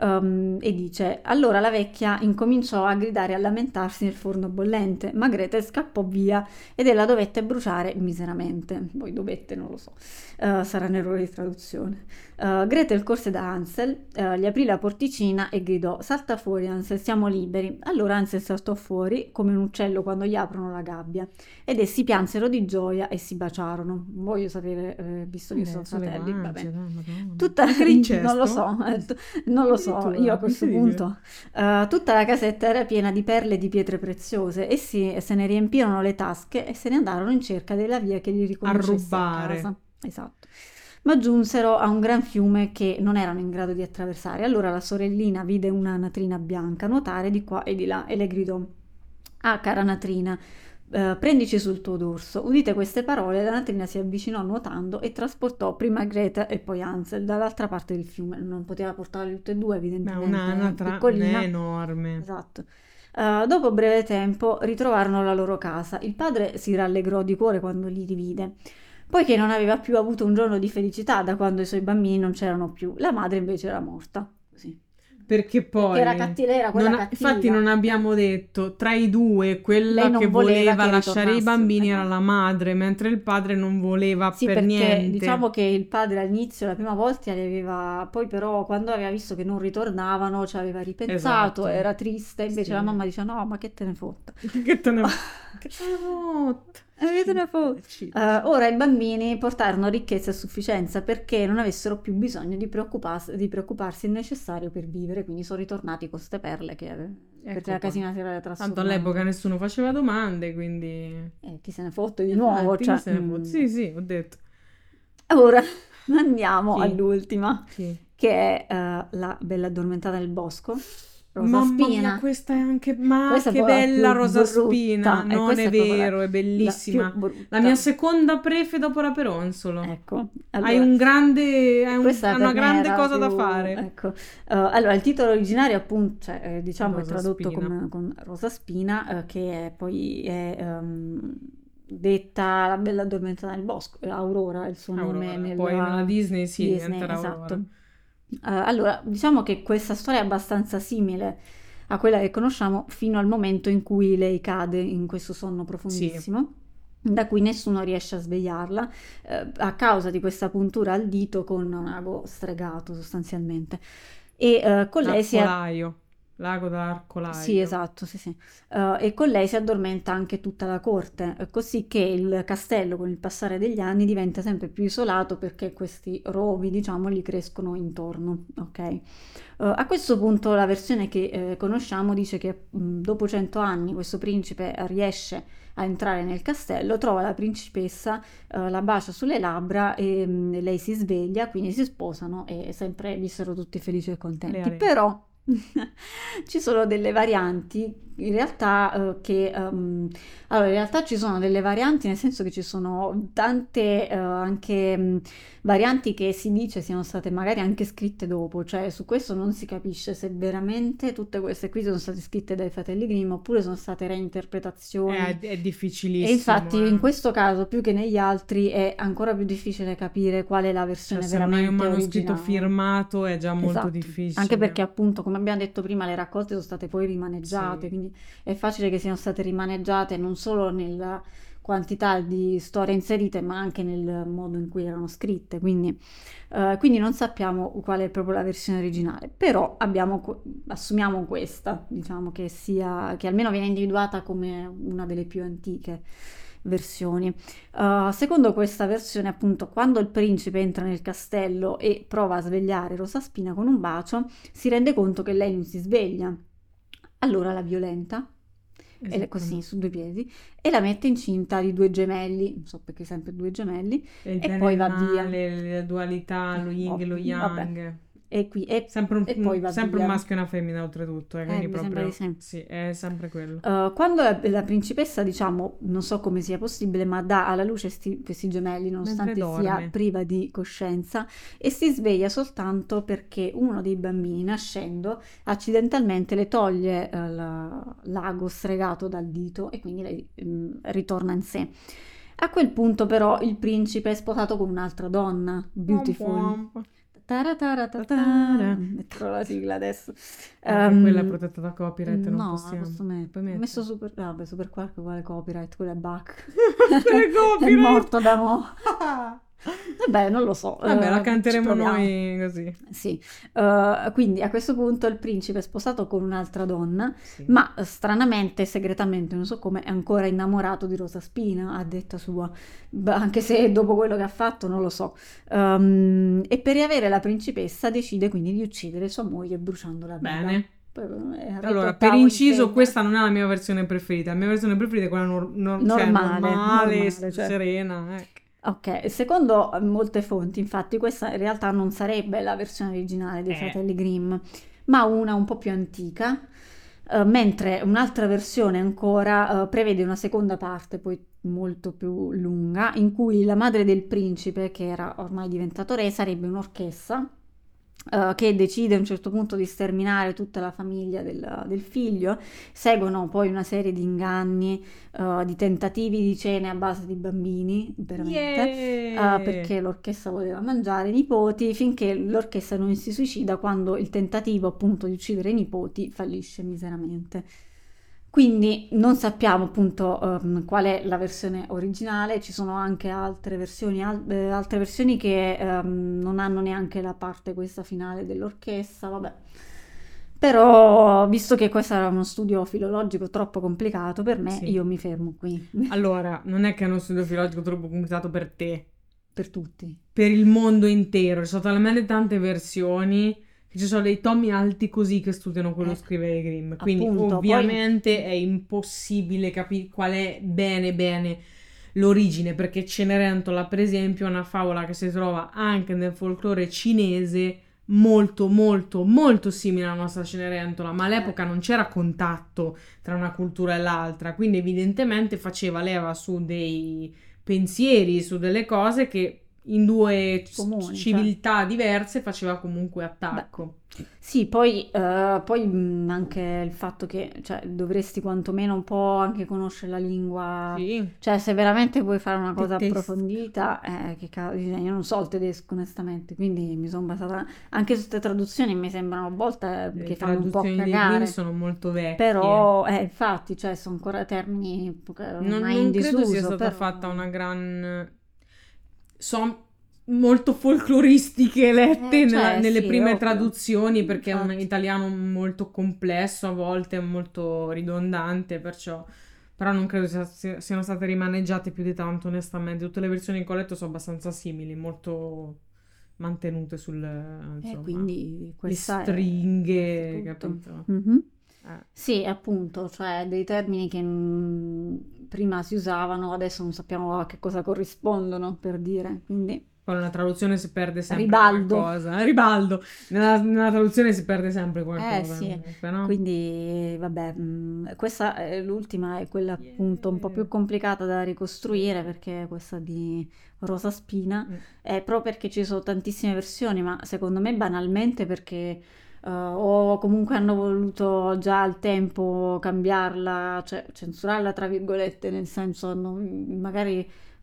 e dice, allora la vecchia incominciò a gridare e a lamentarsi nel forno bollente, ma Gretel scappò via ed ella dovette bruciare miseramente. Poi dovette, non lo so, sarà un errore di traduzione. Gretel corse da Hansel, gli aprì la porticina e gridò, salta fuori Hansel, siamo liberi. Allora Hansel saltò fuori come un uccello quando gli aprono la gabbia ed essi piansero di gioia e si baciarono. Voglio sapere, visto che sono Sulle fratelli, guance, vabbè. dai, madonna. Tutta, Anche non lo l'incesto? so, non lo so, io a Addirittura, questo incredibile. punto. Tutta la casetta era piena di perle e di pietre preziose. Essi se ne riempirono le tasche e se ne andarono in cerca della via che li A riconducesse a rubare. casa. Esatto. Ma giunsero a un gran fiume che non erano in grado di attraversare. Allora la sorellina vide una natrina bianca nuotare di qua e di là e le gridò: ah, cara natrina, prendici sul tuo dorso. Udite queste parole, la natrina si avvicinò nuotando e trasportò prima Greta e poi Hansel dall'altra parte del fiume. Non poteva portarli tutte e due, Beh, evidentemente, è un'anatra è piccolina. enorme. Esatto. Dopo breve tempo ritrovarono la loro casa. Il padre si rallegrò di cuore quando li rivide, poiché non aveva più avuto un giorno di felicità da quando i suoi bambini non c'erano più. La madre invece era morta. Così. Perché Perché era poi, cattiva, era quella infatti cattiva. non abbiamo detto, tra i due, Lei quella che non voleva voleva che lasciare i ritornassero. bambini era Esatto. la madre, mentre il padre non voleva Sì, per perché diciamo niente. che il padre all'inizio, la prima volta, li aveva, poi però quando aveva visto che non ritornavano, ci aveva ripensato, Esatto. era triste, invece la Sì. mamma dice no, ma che te ne fotta. Che te ne... Che te ne fotte? Che te ne fotta. Cheat. Ora i bambini portarono ricchezza a sufficienza perché non avessero più bisogno di preoccuparsi il necessario per vivere, quindi sono ritornati con queste perle perché Ecco la qua. casina si era Tanto trasformata. all'epoca nessuno faceva domande, quindi... Chi se ne fotte di nuovo, Infatti, chi cioè, se ne fotte? Sì, sì, ho detto. Ora andiamo Chi? all'ultima, Chi? che è La Bella Addormentata nel bosco, Rosa Mamma mia, Spina. questa è anche... Ma Questa è che proprio la bella più Rosa Spina! brutta, e Non questa è è proprio vero, è la più bellissima. La mia brutta. seconda prefe dopo Raperonzolo. Ecco, Hai allora, un grande... questa una per me grande era cosa da più... fare. Ecco, allora il titolo originario appunto, cioè, diciamo è Rosa tradotto Spina. come con Rosa Spina, che poi è detta La Bella Addormentata nel bosco, Aurora è il suo nome Aurora. Poi nella nella Disney sì, Disney, diventerà esatto. Aurora. Allora, diciamo che questa storia è abbastanza simile a quella che conosciamo fino al momento in cui lei cade in questo sonno Sì. profondissimo, da cui nessuno riesce a svegliarla, a causa di questa puntura al dito con un ago stregato sostanzialmente. E con lei si è... L'arcolaio. L'ago Sì, dell'arcolaio. esatto, sì, sì. E con lei si addormenta anche tutta la corte, così che il castello con il passare degli anni diventa sempre più isolato perché questi rovi, diciamo, gli crescono intorno, ok? A questo punto la versione che conosciamo dice che dopo 100 anni questo principe riesce a entrare nel castello, trova la principessa, la bacia sulle labbra e lei si sveglia, quindi si sposano e sempre vissero tutti felici e Le contenti. are. Però ci sono delle varianti in realtà allora in realtà ci sono delle varianti nel senso che ci sono tante anche varianti che si dice siano state magari anche scritte dopo, cioè su questo non si capisce se veramente tutte queste qui sono state scritte dai fratelli Grimm oppure sono state reinterpretazioni. È E infatti difficilissimo, in eh. questo caso più che negli altri è ancora più difficile capire qual è la Cioè, versione se non hai un veramente manoscritto originale. firmato è già molto Esatto, anche perché difficile. appunto, come abbiamo detto prima, le raccolte sono state poi rimaneggiate, Sì. quindi è facile che siano state rimaneggiate non solo quantità di storie inserite, ma anche nel modo in cui erano scritte, quindi non sappiamo qual è proprio la versione originale, però assumiamo questa, diciamo che almeno viene individuata come una delle più antiche versioni. Secondo questa versione, appunto, quando il principe entra nel castello e prova a svegliare Rosaspina con un bacio, si rende conto che lei non si sveglia. Allora la violenta, e così su 2 piedi, e la mette incinta di 2 gemelli, non so perché sempre 2 gemelli, E il e bene e poi il va via. male, la dualità, lo yin e lo Vabbè, yang. e qui Sempre e poi va sempre un via. maschio e una femmina, oltretutto, quindi Mi sembra di proprio sì. sì, è sempre quello. Quando la principessa, diciamo, non so come sia possibile, ma dà alla luce questi gemelli, Mentre nonostante sia dorme. priva di coscienza, e si sveglia soltanto perché uno dei bambini, nascendo, accidentalmente le toglie l'ago stregato dal dito e quindi lei ritorna in sé. A quel punto però il principe è sposato con un'altra donna, Pom Beautiful. pom. Taratara. Metterò la sigla adesso. Anche quella è protetta da copyright, non No, possiamo. posso Puoi Ho messo mettere? Vabbè, Super Quark uguale copyright, quello è Bach. Sempre È copyright! morto da mo'. Vabbè, non lo so, Vabbè, la ci canteremo proviamo. noi così. Sì, quindi a questo punto il principe è sposato con un'altra donna, Sì. ma stranamente, segretamente, non so come, è ancora innamorato di Rosaspina, a detta sua. Anche se dopo quello che ha fatto non lo so. E per riavere la principessa decide quindi di uccidere sua moglie bruciandola viva. Bene. Poi, Allora, per ritottavo in inciso, segno. questa non è la mia versione preferita. La mia versione preferita è quella cioè normale, Normale, cioè. serena. Ecco. Ok, secondo molte fonti, infatti, questa in realtà non sarebbe la versione originale dei fratelli Grimm, ma una un po' più antica, mentre un'altra versione ancora prevede una seconda parte, poi molto più lunga, in cui la madre del principe, che era ormai diventato re, sarebbe un'orchessa. Che decide a un certo punto di sterminare tutta la famiglia del figlio, seguono poi una serie di inganni, di tentativi di cene a base di bambini, veramente, perché l'orchestra voleva mangiare i nipoti, finché l'orchestra non si suicida quando il tentativo appunto di uccidere i nipoti fallisce miseramente. Quindi non sappiamo appunto qual è la versione originale, ci sono anche altre versioni che non hanno neanche la parte questa finale dell'orchestra, vabbè. Però, visto che questo era uno studio filologico troppo complicato per me, Sì. io mi fermo qui. Allora, non è che è uno studio filologico troppo complicato per te, Per tutti. per il mondo intero. Ci sono talmente tante versioni che ci sono dei tomi alti così che studiano quello che scrive Grimm. Quindi Appunto, ovviamente è impossibile capire qual è bene l'origine, perché Cenerentola, per esempio, è una favola che si trova anche nel folklore cinese, molto simile alla nostra Cenerentola, ma all'epoca non c'era contatto tra una cultura e l'altra, quindi evidentemente faceva leva su dei pensieri, su delle cose che in due comuni, civiltà diverse faceva comunque Beh, attacco. sì, poi anche il fatto che cioè, dovresti quantomeno un po' anche conoscere la lingua, Sì. cioè se veramente vuoi fare una cosa Tedesco. approfondita, io non so il tedesco onestamente, quindi mi sono basata anche su queste traduzioni, mi sembrano a volte Le che fanno un po' traduzioni di Grimm cagare, sono molto vecchie. però infatti, cioè, sono ancora termini ormai in Non credo sia disuso, stata però fatta una gran... Sono molto folcloristiche lette cioè, nelle sì, prime ovvio. traduzioni, perché è un Infatti. italiano molto complesso, a volte molto ridondante, perciò... Però non credo siano state rimaneggiate più di tanto, onestamente. Tutte le versioni che ho letto sono abbastanza simili, molto mantenute insomma, Quindi le questa stringhe, questo è tutto. capito? Mhm. Eh. Sì, appunto, cioè dei termini che prima si usavano, adesso non sappiamo a che cosa corrispondono, per dire, quindi Con una traduzione si perde sempre ribaldo. qualcosa. Ribaldo. Nella traduzione si perde sempre qualcosa. Sì, Comunque, no? quindi vabbè, questa è l'ultima, è quella appunto un po' più complicata da ricostruire perché questa di Rosa Spina è proprio perché ci sono tantissime versioni, ma secondo me banalmente perché o comunque hanno voluto già al tempo cambiarla, cioè censurarla tra virgolette, nel senso magari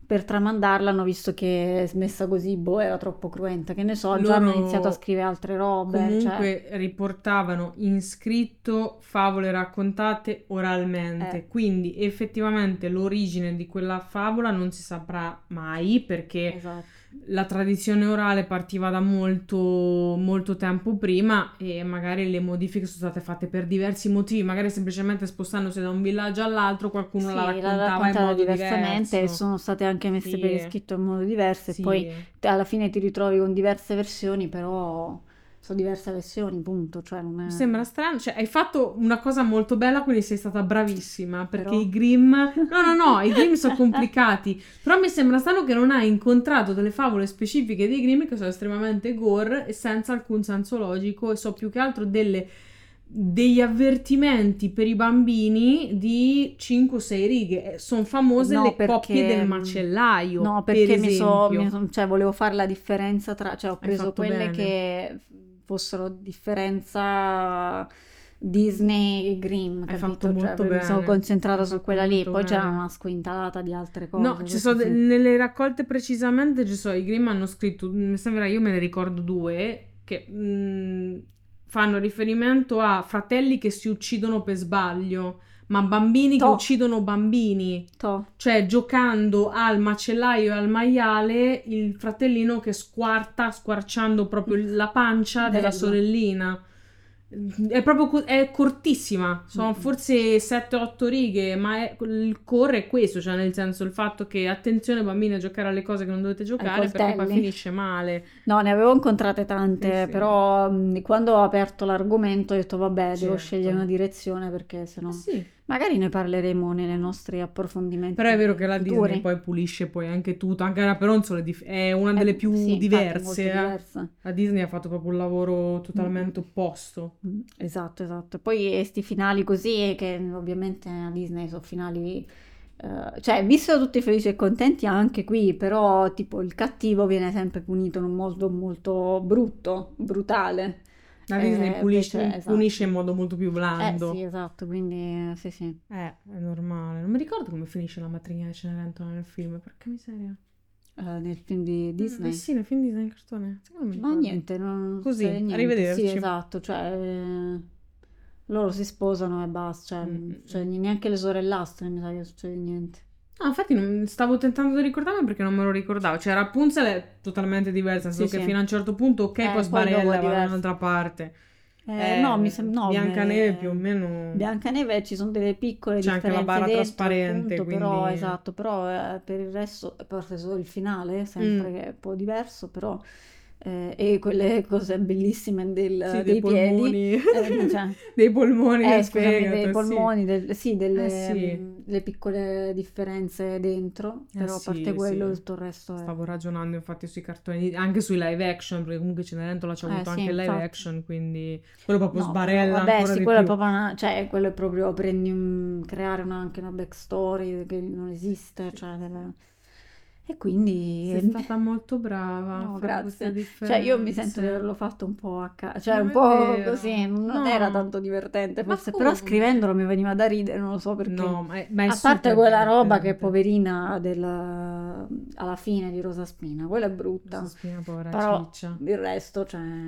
per tramandarla hanno visto che smessa così, boh, era troppo cruenta, che ne so, già hanno iniziato a Loro scrivere altre robe, cioè, comunque riportavano in scritto favole raccontate oralmente, quindi effettivamente l'origine di quella favola non si saprà mai perché esatto. la tradizione orale partiva da molto, molto tempo prima e magari le modifiche sono state fatte per diversi motivi, magari semplicemente spostandosi da un villaggio all'altro qualcuno la Sì, l'ha raccontava in raccontata modo diversamente e diverso. sono state anche messe per Sì, iscritto in modo diverso e poi sì. alla fine ti ritrovi con diverse versioni, però sono diverse versioni, punto, cioè non Mi è... sembra strano, cioè hai fatto una cosa molto bella, quindi sei stata bravissima, perché però... i Grimm... No, i Grimm sono complicati, però mi sembra strano che non hai incontrato delle favole specifiche dei Grimm che sono estremamente gore e senza alcun senso logico e so più che altro degli avvertimenti per i bambini di 5-6 righe. Sono famose No, le coppie del perché, macellaio, no, per perché esempio. cioè, volevo fare la differenza tra, cioè ho Hai preso fatto quelle bene. che fossero differenza Disney e Grimm, Hai fatto capito? Cioè, molto mi sono bene. concentrata Hai su fatto quella lì, molto poi c'era bene. una squintalata di altre No, cose, ci questo sono sì. nelle raccolte precisamente ci sono i Grimm hanno scritto, mi sembra io me ne ricordo due che fanno riferimento a fratelli che si uccidono per sbaglio, ma bambini che To, uccidono bambini. to, Cioè, giocando al macellaio e al maiale, il fratellino che squarta, squarciando proprio la pancia della bello. sorellina. È proprio è cortissima, sono Mm-mm. forse 7-8 righe, ma il core è questo, cioè nel senso il fatto che attenzione bambini a giocare alle cose che non dovete Ai giocare perché poi coltelli. finisce male. No, ne avevo incontrate Sì, tante, sì, però quando ho aperto l'argomento ho detto vabbè, devo scegliere una certo. direzione perché Eh sennò sì, magari ne parleremo nei nostri però è vero che approfondimenti la Disney futuri. poi pulisce poi anche tutto, anche la Peronzola è una delle più Sì, infatti è molto diverse, eh. diversa. La Disney ha fatto proprio un lavoro Mm, mm, totalmente opposto. esatto, esatto. Poi sti finali così, che ovviamente a Disney sono finali, cioè, visto tutti felici e contenti anche qui, però tipo il cattivo viene sempre punito in un modo molto brutto, brutale. La Disney Invece, punisce esatto. in modo molto più Sì, blando. esatto, quindi sì, sì. È normale. Non mi ricordo come finisce la matrigna di Cenerentola nel film, porca miseria. Nel film di Eh Disney. sì, nel film Disney il cartone. Sai che non mi Ma ricordo. niente, non succede Così, niente. Sì, arrivederci. esatto, cioè loro si sposano e basta, cioè, Mm. neanche le sorellastre mi sa che succede niente. No, infatti stavo tentando di ricordarmi perché non me lo ricordavo. Cioè, Rapunzel è totalmente diversa, nel Sì, senso che sì. fino a un certo punto, ok, poi Poi dopo è sbarella, va da diverso. un'altra parte. No, mi sembra, no, Biancaneve più o meno Biancaneve ci sono delle piccole c'è anche la differenze bara dentro, trasparente, appunto, però, quindi... esatto, però per il resto, a parte solo il finale, Mm, sempre che è un po' diverso, però, e quelle cose bellissime sì, dei dei piedi, polmoni, cioè, dei polmoni del scusami, dei fegato, sì. polmoni, sì, Sì. delle piccole differenze dentro, però a parte Sì, quello sì. tutto il resto è... Stavo ragionando infatti sui cartoni, anche sui live action, perché comunque Cenerentola c'ha avuto Sì, anche il live infatti. action, quindi quello proprio No, però sbarella vabbè, ancora sì, di quello è più. proprio cioè, quello è proprio prendi creare anche una backstory che non esiste, Sì, cioè, sì. e quindi, Sei stata molto brava a no, fare queste grazie. Cioè, io mi sento di differenze. averlo fatto un po' cioè, Non un è po' così, vero. non era No, tanto divertente, ma forse, però come? scrivendolo mi veniva da ridere, non lo so perché. No, ma è A parte super quella roba che divertente. poverina alla fine di Rosa Spina, quella è Questa brutta. spina povera Però ciccia. il resto,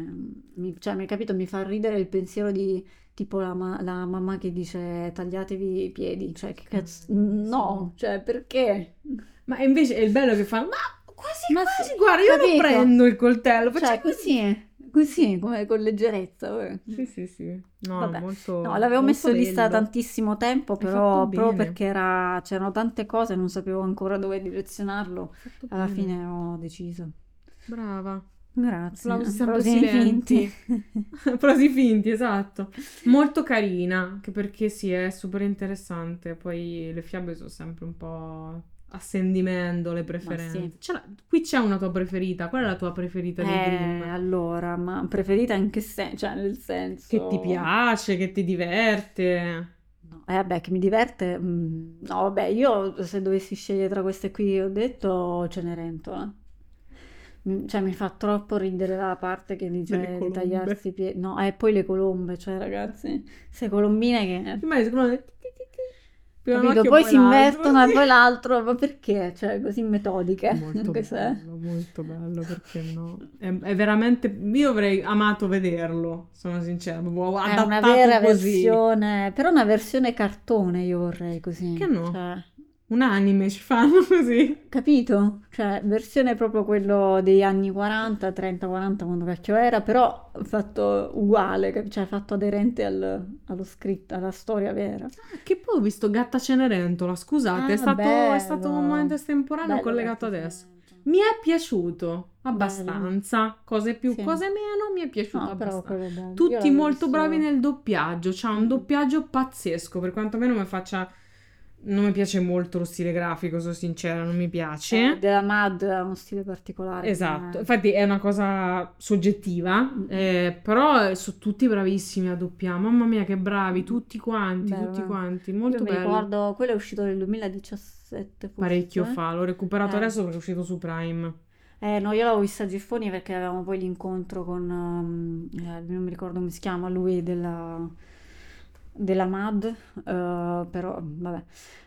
mi capito, mi fa ridere il pensiero di tipo la mamma che dice tagliatevi i piedi, cioè che cazzo, Sì. no, cioè perché? Ma invece è il bello che fanno, ma quasi Ma sì, quasi, guarda, io lo capito? prendo il coltello, Cioè facciamo così, come con leggerezza. Sì, sì, sì. No, Vabbè, no, molto, l'avevo messo molto in lista da bello. tantissimo tempo, Hai fatto però proprio bene. perché c'erano tante cose, non sapevo ancora dove direzionarlo, Hai fatto alla bene. fine ho deciso. Brava. Grazie, Applausi sempre applausi finti. silenti. Applausi finti, esatto. Molto carina, anche perché sì, è super interessante. Poi le fiabe sono sempre un po' assendimento le Ma sì. preferenze. Qui c'è una tua preferita. Qual è la tua preferita dei Grimm? Allora, ma preferita in che senso? Cioè, nel Che ti senso... piace, che ti diverte? No, vabbè, che mi diverte. No, vabbè, io se dovessi scegliere tra queste qui che ho detto, Cenerentola. Cioè, mi fa troppo ridere la parte che Delle dice di colombe. tagliarsi i piedi. No, e poi le colombe, cioè, ragazzi, queste colombine che... Ma secondo me... Prima un Capito? occhio, Poi poi si l'altro, invertono e sì. poi l'altro, ma perché? Cioè, così metodiche, Molto anche se... molto bello, perché no? È veramente... Io avrei amato vederlo, sono sincera, proprio È una adattato vera così. versione, però una versione cartone io vorrei Perché così, no? cioè, Un anime ci fanno così. capito? Cioè, versione proprio quello degli anni 40, 30, 40, quando cacchio era, però fatto uguale, cioè fatto aderente allo scritto, alla storia vera. Che poi ho visto Gatta Cenerentola, scusate, Ah, è stato un momento bello, estemporaneo bello collegato Gatto adesso. Cenerentola, Mi è piaciuto bello, abbastanza, cose più, sì. cose meno, mi è piaciuto No, però abbastanza. quello è bello. Io Tutti l'avevo molto bravi visto... nel doppiaggio, c'ha un Mm. doppiaggio pazzesco, per quanto a me non mi faccia... Non mi piace molto lo stile grafico, sono sincera, non mi piace. Della Mad ha uno stile particolare che non Esatto, è... infatti è una cosa soggettiva, Mm, però sono tutti bravissimi a doppiare, mamma mia che bravi, mm. Bello, tutti bello. quanti, Io molto mi bello. ricordo, quello è uscito nel 2017 Parecchio forse. fa, l'ho recuperato Eh, adesso perché è uscito su Prime. no, io l'avevo vista a Giffoni perché avevamo poi l'incontro con, non mi ricordo come si chiama, lui della MAD, però vabbè.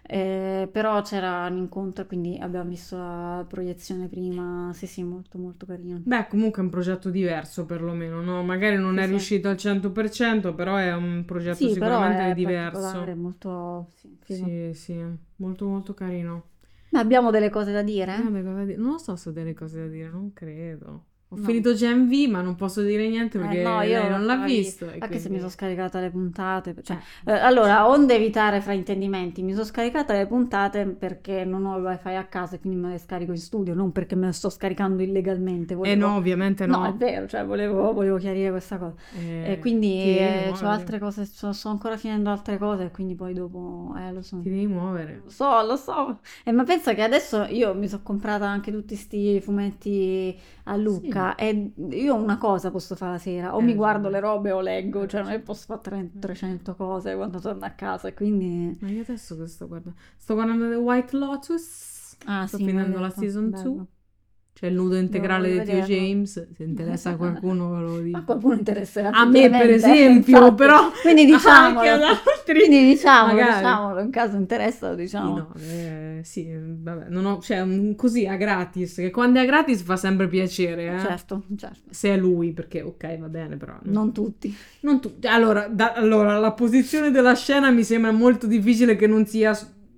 Però c'era un incontro, quindi abbiamo visto la proiezione prima, sì sì, molto molto carino. Beh, comunque è un progetto diverso perlomeno, no? Magari non Sì è sì. riuscito al 100%, però è un progetto Sì, però sicuramente è particolare, diverso. molto sì, figo. Sì, sì, molto molto carino. Ma abbiamo delle cose da dire? Abbiamo delle cose da dire. Non lo so se ho delle cose da dire, non credo. Ho No. finito Gen V, ma non posso dire niente perché No, io lei non l'ho non l'ha ancora visto e anche se mi sono quindi... scaricata le puntate, cioè, Infatti. allora, onde evitare fraintendimenti, mi sono scaricata le puntate perché non ho il wifi a casa e quindi me le scarico in studio, non perché me le sto scaricando illegalmente, Eh no, volevo... ovviamente No, è no. vero, cioè volevo chiarire questa cosa. E Ti quindi devi c'ho muovere. altre cose, sto ancora finendo altre cose e quindi poi dopo, lo so. Ti devi muovere. Lo so. Ma pensa che adesso io mi sono comprata anche tutti sti fumetti a Sì. Lucca e io una cosa posso fare la sera, o mi guardo Già. le robe o leggo, cioè non è che Già. posso fare 300 cose quando torno a casa, e quindi... Ma io adesso che sto guardando? Sto guardando The White Lotus. Ah Sto sì, mi hai finendo la detto, season 2. bello. C'è il nudo integrale Voglio di Tio vederlo. James. Se interessa a qualcuno ve lo A dico. qualcuno interesserà A me per sicuramente, esempio, infatti. però Quindi anche diciamolo. ad altri. Quindi Magari. diciamolo, in caso interessa lo Sì, diciamo. no, sì, vabbè, non ho, cioè, così a gratis, che quando è a gratis fa sempre piacere, Certo, certo. Se è lui, perché ok, va bene, però Non tutti. non allora, allora, la posizione della scena mi sembra molto difficile che non sia,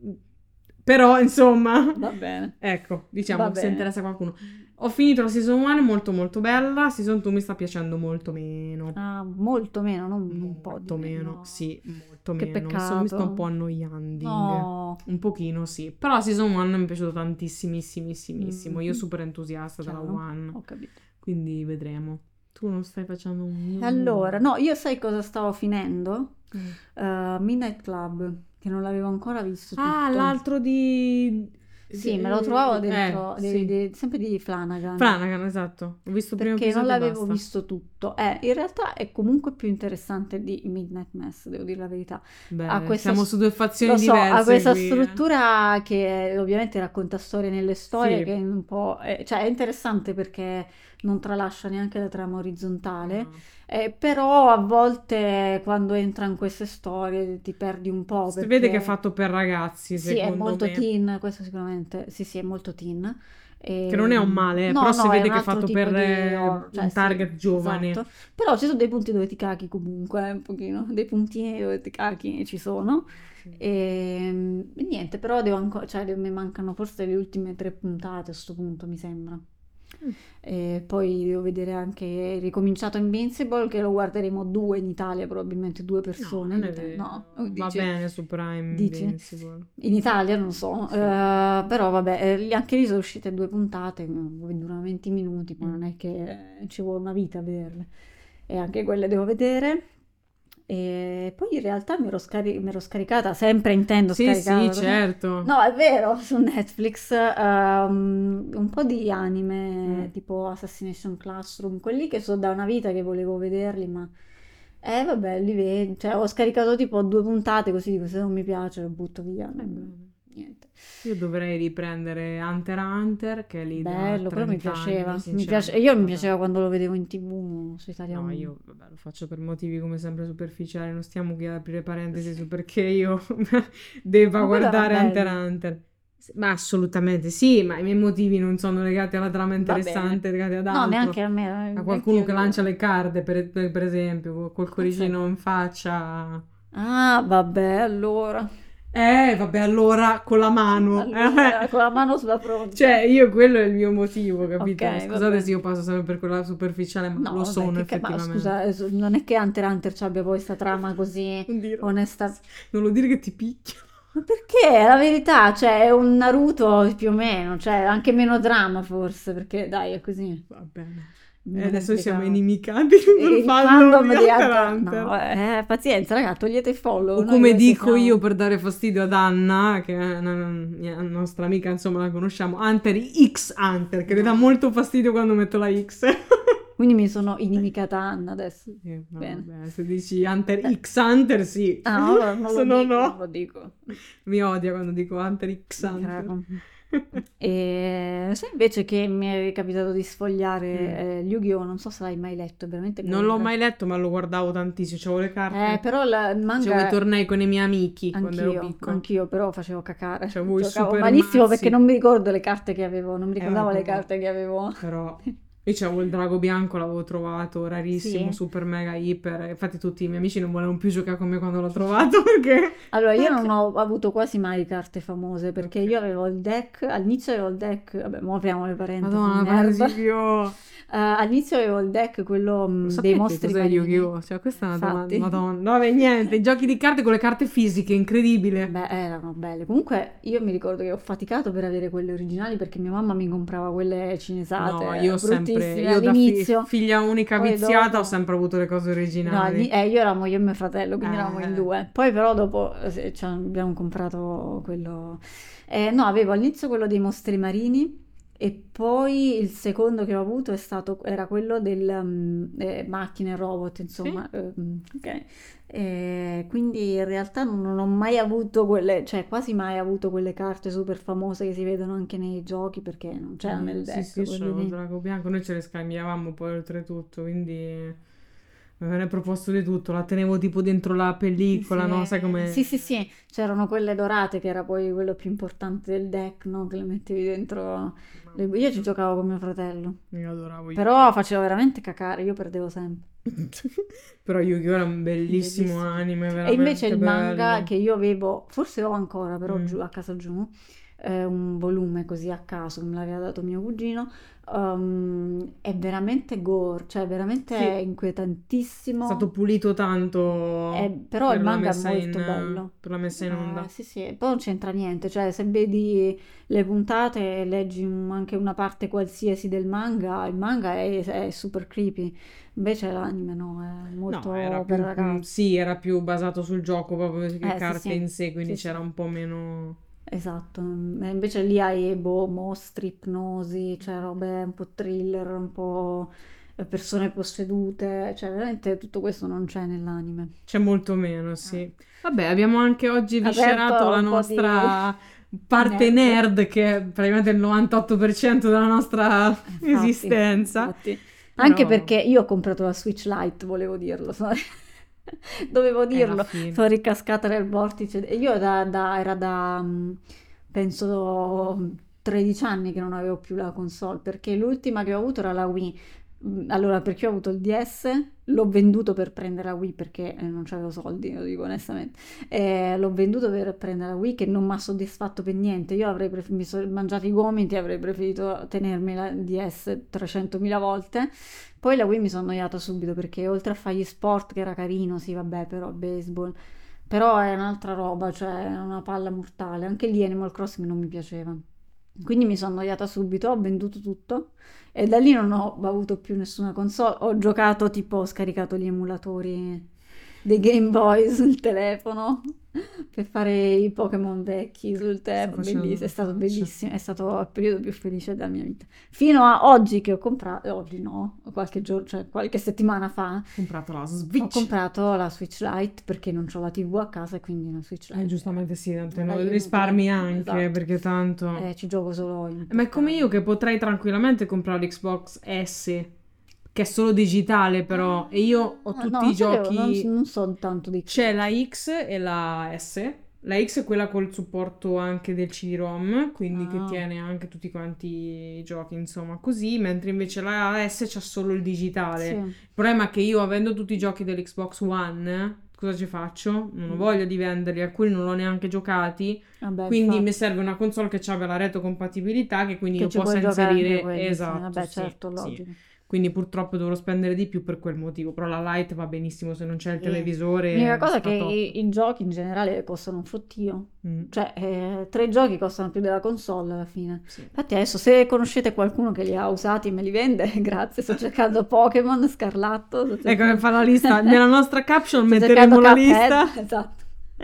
però, insomma, Va bene. ecco, Va diciamo, se bene. interessa a qualcuno. Ho finito la season 1, molto molto bella, season 2 mi sta piacendo molto meno. Ah, molto meno, non un po' di Molto meno, meno. sì, molto Che meno. Mi sta un po' peccato. annoianding. No. Un pochino, sì. Però Season 1 mi è piaciuto tantissimissimissimo. Io Mm, super entusiasta dalla chiaro, 1. ho capito. Quindi vedremo. Tu non stai facendo Allora, nulla. no, io sai cosa stavo finendo? Mm. Midnight Club, che non l'avevo ancora visto Ah, tutto. l'altro di... Sì, me lo trovavo dentro, sì. sempre di Flanagan. Flanagan, esatto. Ho visto il primo Perché non episodio e l'avevo basta. visto tutto. In realtà è comunque più interessante di Midnight Mass, devo dire la verità. Ha Beh, questa, siamo su due fazioni lo so, ha diverse questa qui. struttura che ovviamente racconta storie nelle storie, che Sì. è un po'... cioè è interessante perché non tralascia neanche la trama orizzontale, No. però a volte quando entra in queste storie ti perdi un po' Si vede che è perché... fatto per ragazzi, Sì, è secondo molto me. teen, questo sicuramente, sì, sì, è molto teen. Che non è un male, No, però si no, è vede un che è altro fatto tipo per di horror, cioè un sì, target giovane. esatto. Però ci sono dei punti dove ti caghi comunque, un pochino, dei puntini dove ti caghi ci sono. E niente, però devo ancora, cioè mi mancano forse le ultime 3 puntate a sto punto, mi sembra. Mm. E poi devo vedere anche ricominciato Invincible, che lo guarderemo due in Italia, probabilmente due No, persone. non è vero. No, Va dici? bene su Prime Dici? Invincible. In Italia non so, Sì. però vabbè, anche lì sono uscite 2 puntate, durano 20 minuti, ma Mm. non è che ci vuole una vita a vederle. E anche quelle devo vedere. E poi in realtà mi ero scaricata, sempre intendo Sì, sì, scaricata. certo. No, è vero, su Netflix un po' di Mm. anime tipo Assassination Classroom, quelli che so da una vita che volevo vederli, ma vabbè, li vedo. Cioè, ho scaricato tipo 2 puntate così dico se non mi piace lo butto via. Bene. niente. Io dovrei riprendere Hunter x Hunter, che è lì da Bello, però mi 30 piaceva. anni, Io mi sinceramente. piaceva quando lo vedevo in TV su Italia No, 1. io vabbè, lo faccio per motivi come sempre superficiali, non stiamo qui ad aprire parentesi su perché io debba Ma quello era guardare Hunter x bello. Hunter. Ma assolutamente sì, ma i miei motivi non sono legati alla trama Va bene. interessante, legati ad No, neanche altro. a me, A qualcuno anch'io che dico. lancia le carte, per esempio, col Cazzo è cuoricino in quello? faccia. Ah, vabbè, allora. Vabbè, allora con la mano. Allora, con la mano sulla Cioè, fronte. io quello è il mio motivo, Ok, capito? va Scusate se bene. io passo sempre per quella superficiale, ma No, lo vabbè, sono ma effettivamente. scusa, non è che Hunter x Hunter ci abbia poi questa trama così Non dirlo. onesta. Non lo dire che ti picchio. Ma perché? È la verità, cioè è un Naruto più o meno, cioè anche meno drama forse, perché dai, è così, Va bene. E meno adesso siamo complicato. inimicati sul Il fandom di fandom di Hunter x Hunter... Hunter. No, pazienza, raga, togliete il follow, O noi come questi dico io siamo... per dare fastidio ad Anna, che è una mia nostra amica, insomma la conosciamo, Hunter X Hunter, che le dà No. molto fastidio quando metto la X. Quindi mi sono inimicata Anna adesso. No, Bene. vabbè, se dici Hunter Eh, X Hunter sì, Ah, allora non se lo no dico, non no. lo dico. Mi odia quando dico Hunter X Mi Hunter. prego. E se invece che mi è capitato di Mm. sfogliare Yu-Gi-Oh! Non so se l'hai mai letto, è veramente Non l'ho gore. mai letto, ma lo guardavo tantissimo. C'avevo le carte, Però il facevo i manga, tornei con i miei amici quando ero anch'io, piccola. anch'io, però facevo cacare. C'avevo i Giocavo super malissimo perché mazzi. non mi ricordo le carte che avevo, non mi ricordavo le Però, carte che avevo. però io c'avevo il drago bianco, l'avevo trovato, rarissimo, Sì. super mega iper. Infatti tutti i miei amici non volevano più giocare con me quando l'ho trovato perché... Allora, io non perché... ho avuto quasi mai carte famose perché Ok. io avevo il deck, all'inizio avevo il deck, vabbè, mo apriamo le parentesi, Madonna, nerd. parli di Yu-Gi-Oh! All'inizio avevo il deck, quello Lo dei sapete mostri cos'è marini, Yu-Gi-Oh? Cioè, questa è una domanda. infatti. Madonna. Vabbè, niente, i giochi di carte con le carte fisiche, incredibile. Beh, erano belle. Comunque io mi ricordo che ho faticato per avere quelle originali perché mia mamma mi comprava quelle No, cinesate, io ho sempre, bruttissime io da all'inizio. figlia unica Poi viziata ho dopo... sempre avuto le cose No, originali. io eravamo io e mio fratello, quindi eravamo in Eh, due. Poi però dopo abbiamo comprato quello... no, avevo all'inizio quello dei mostri marini e poi il secondo che ho avuto era quello del macchine e robot, sì? insomma. Ok. Quindi in realtà non ho mai avuto quelle, cioè quasi mai avuto quelle carte super famose che si vedono anche nei giochi perché non c'erano nel Sì, deck, sì, quelli c'avevo il lì. drago bianco, noi ce le scambiavamo poi oltretutto, quindi mi avevano proposto di tutto, la tenevo tipo dentro la pellicola, no? Sai Sì, come... sì, sì, c'erano quelle dorate che era poi quello più importante del deck, no? Che le mettevi dentro. Io ci giocavo con mio fratello, Io adoravo però Yu-Gi-Oh! facevo veramente cacare, io perdevo sempre. Però Yu-Gi-Oh! Era un bellissimo Bellissimo. anime, E invece veramente il manga bello. che io avevo, forse ho ancora, però Mm. giù a casa giù, un volume così a caso, me l'aveva dato mio cugino, è veramente gore, cioè veramente Sì, è stato inquietantissimo. pulito tanto Però il manga è molto bello. per la messa in onda. Sì, sì, e poi non c'entra niente, cioè se vedi le puntate e leggi anche una parte qualsiasi del manga, il manga è super creepy, invece l'anime no, è No, era molto per più, ragazzi. sì, era più basato sul gioco proprio che Sì, carte sì, in sé, quindi sì, c'era sì, un po' meno... esatto. E invece lì hai boh, mostri, ipnosi, cioè robe un po' thriller, un po' persone possedute, cioè veramente tutto questo non c'è nell'anime. C'è molto meno, Ah. sì. Vabbè, abbiamo anche oggi Aperto viscerato la un po' di nostra parte nerd. nerd, che è praticamente il 98% della nostra Infatti, esistenza. infatti. Anche Però, perché io ho comprato la Switch Lite, volevo dirlo, dovevo alla dirlo, fine. sono ricascata nel vortice. E io era da, penso, 13 anni che non avevo più la console, perché l'ultima che ho avuto era la Wii. Allora, perché ho avuto il DS, l'ho venduto per prendere la Wii perché non c'avevo soldi, lo dico onestamente. L'ho venduto per prendere la Wii che non mi ha soddisfatto per niente. Io mi sono mangiato i gomiti e avrei preferito tenermi la DS 300.000 volte. Poi la Wii mi sono annoiata subito perché oltre a fare gli sport che era carino, sì vabbè, però il baseball, però è un'altra roba, cioè è una palla mortale. Anche lì Animal Crossing non mi piaceva. Quindi mi sono annoiata subito, ho venduto tutto e da lì non ho avuto più nessuna console. Ho giocato tipo, ho scaricato gli emulatori dei Game Boy sul telefono per fare i Pokémon vecchi sul tempo, facendo bellissimo, è stato faccia. bellissimo, è stato il periodo più felice della mia vita. Fino a oggi che ho comprato, oggi no, qualche giorno, cioè qualche settimana fa, Ho comprato la ho Switch. comprato la Switch Lite perché non c'ho la TV a casa e quindi una Switch Lite. Giustamente sì, tanto Dai, non risparmi inutile. anche, Esatto. perché tanto... Ci gioco solo in Ma è come portatile. io che potrei tranquillamente comprare l'Xbox S, che è solo digitale però, e io ho tutti No, i sapevo, giochi... non so tanto di C'è la X e la S. La X è quella col supporto anche del CD-ROM, quindi che Ah, tiene anche tutti quanti i giochi, insomma, così, mentre invece la S c'ha solo il digitale. sì. Il problema è che io, avendo tutti i giochi dell'Xbox One, cosa ci faccio? Non ho Mm. voglia di venderli, alcuni non l'ho neanche giocati, Vabbè, quindi mi infatti, serve una console che abbia la retrocompatibilità, che quindi che io ci possa puoi giocare anche inserire... quelli, sì. Esatto, Vabbè, sì, certo, sì. logico. Quindi purtroppo dovrò spendere di più per quel motivo, però la Lite va benissimo se non c'è il Sì. L'unica televisore, cosa è sta che top. i giochi in generale costano un fottio. Mm. Cioè, 3 giochi costano più della console alla fine. Sì. Infatti adesso se conoscete qualcuno che li ha usati e me li vende, grazie, sto cercando Pokémon, Scarlatto, sto Ecco, cercando... fa la lista. Nella nostra caption sto metteremo cercando la Cuphead, lista. esatto.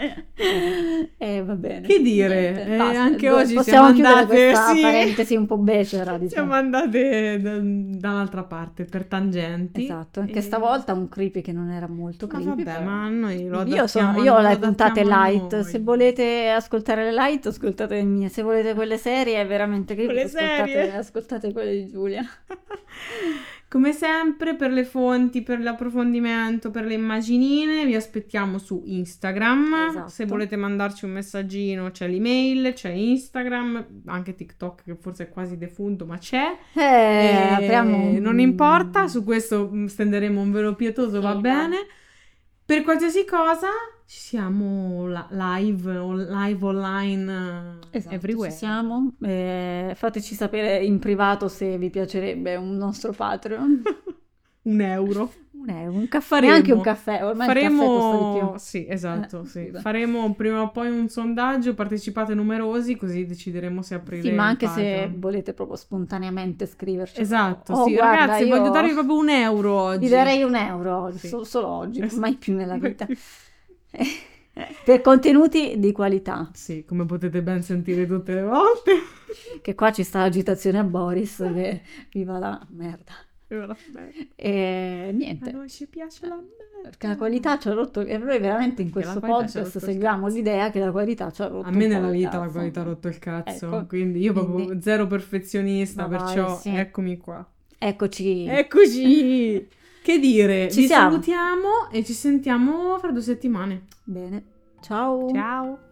E va bene. Che dire, Niente, basta. anche oggi siamo Possiamo chiudere andate, questa sì, parentesi un po' becera, siamo diciamo. andate dall'altra parte per tangenti. Esatto, anche E... stavolta un creepy che non era molto Ma creepy, vabbè, però... ma noi lo Io, adattiamo, io ho lo le puntate adattiamo a light, noi. se volete ascoltare le light ascoltate le mie, se volete quelle serie veramente creepy Quelle serie. ascoltate quelle di Giulia. Come sempre, per le fonti, per l'approfondimento, per le immaginine, vi aspettiamo su Instagram. Esatto. Se volete mandarci un messaggino, c'è l'email, c'è Instagram, anche TikTok, che forse è quasi defunto, ma c'è. Apriamo Non importa, su questo stenderemo un velo pietoso, va Sì, bene. Per qualsiasi cosa, ci siamo live online Esatto, everywhere. ci siamo. Fateci sapere in privato se vi piacerebbe un nostro Patreon. €1. Un caffè, Faremo. neanche un caffè, ormai il caffè costa di più. Sì, esatto, sì. Scusa. Faremo prima o poi un sondaggio, partecipate numerosi, così decideremo se aprire Sì, ma anche il se Patreon. volete proprio spontaneamente scriverci. Esatto, Oh, sì, guarda, ragazzi, io voglio darvi proprio €1 oggi. vi darei €1 oggi, Sì. solo oggi, mai più nella Mai vita. più. Per contenuti di qualità. Sì, come potete ben sentire tutte le volte. Che qua ci sta l'agitazione a Boris, che viva la merda. E A niente, noi ci piace la merda. perché la qualità ci ha rotto, e noi veramente in Perché la questo qualità ci ha podcast rotto il seguiamo cazzo. l'idea che la qualità ci ha rotto A me un po' nella il vita la cazzo. qualità ha rotto il cazzo, Ecco, quindi io proprio quindi- zero perfezionista, Ma vai, perciò sì. eccomi qua. Eccoci. Eccoci! Che dire, Ci vi siamo. salutiamo e ci sentiamo fra 2 settimane. Bene, ciao. Ciao!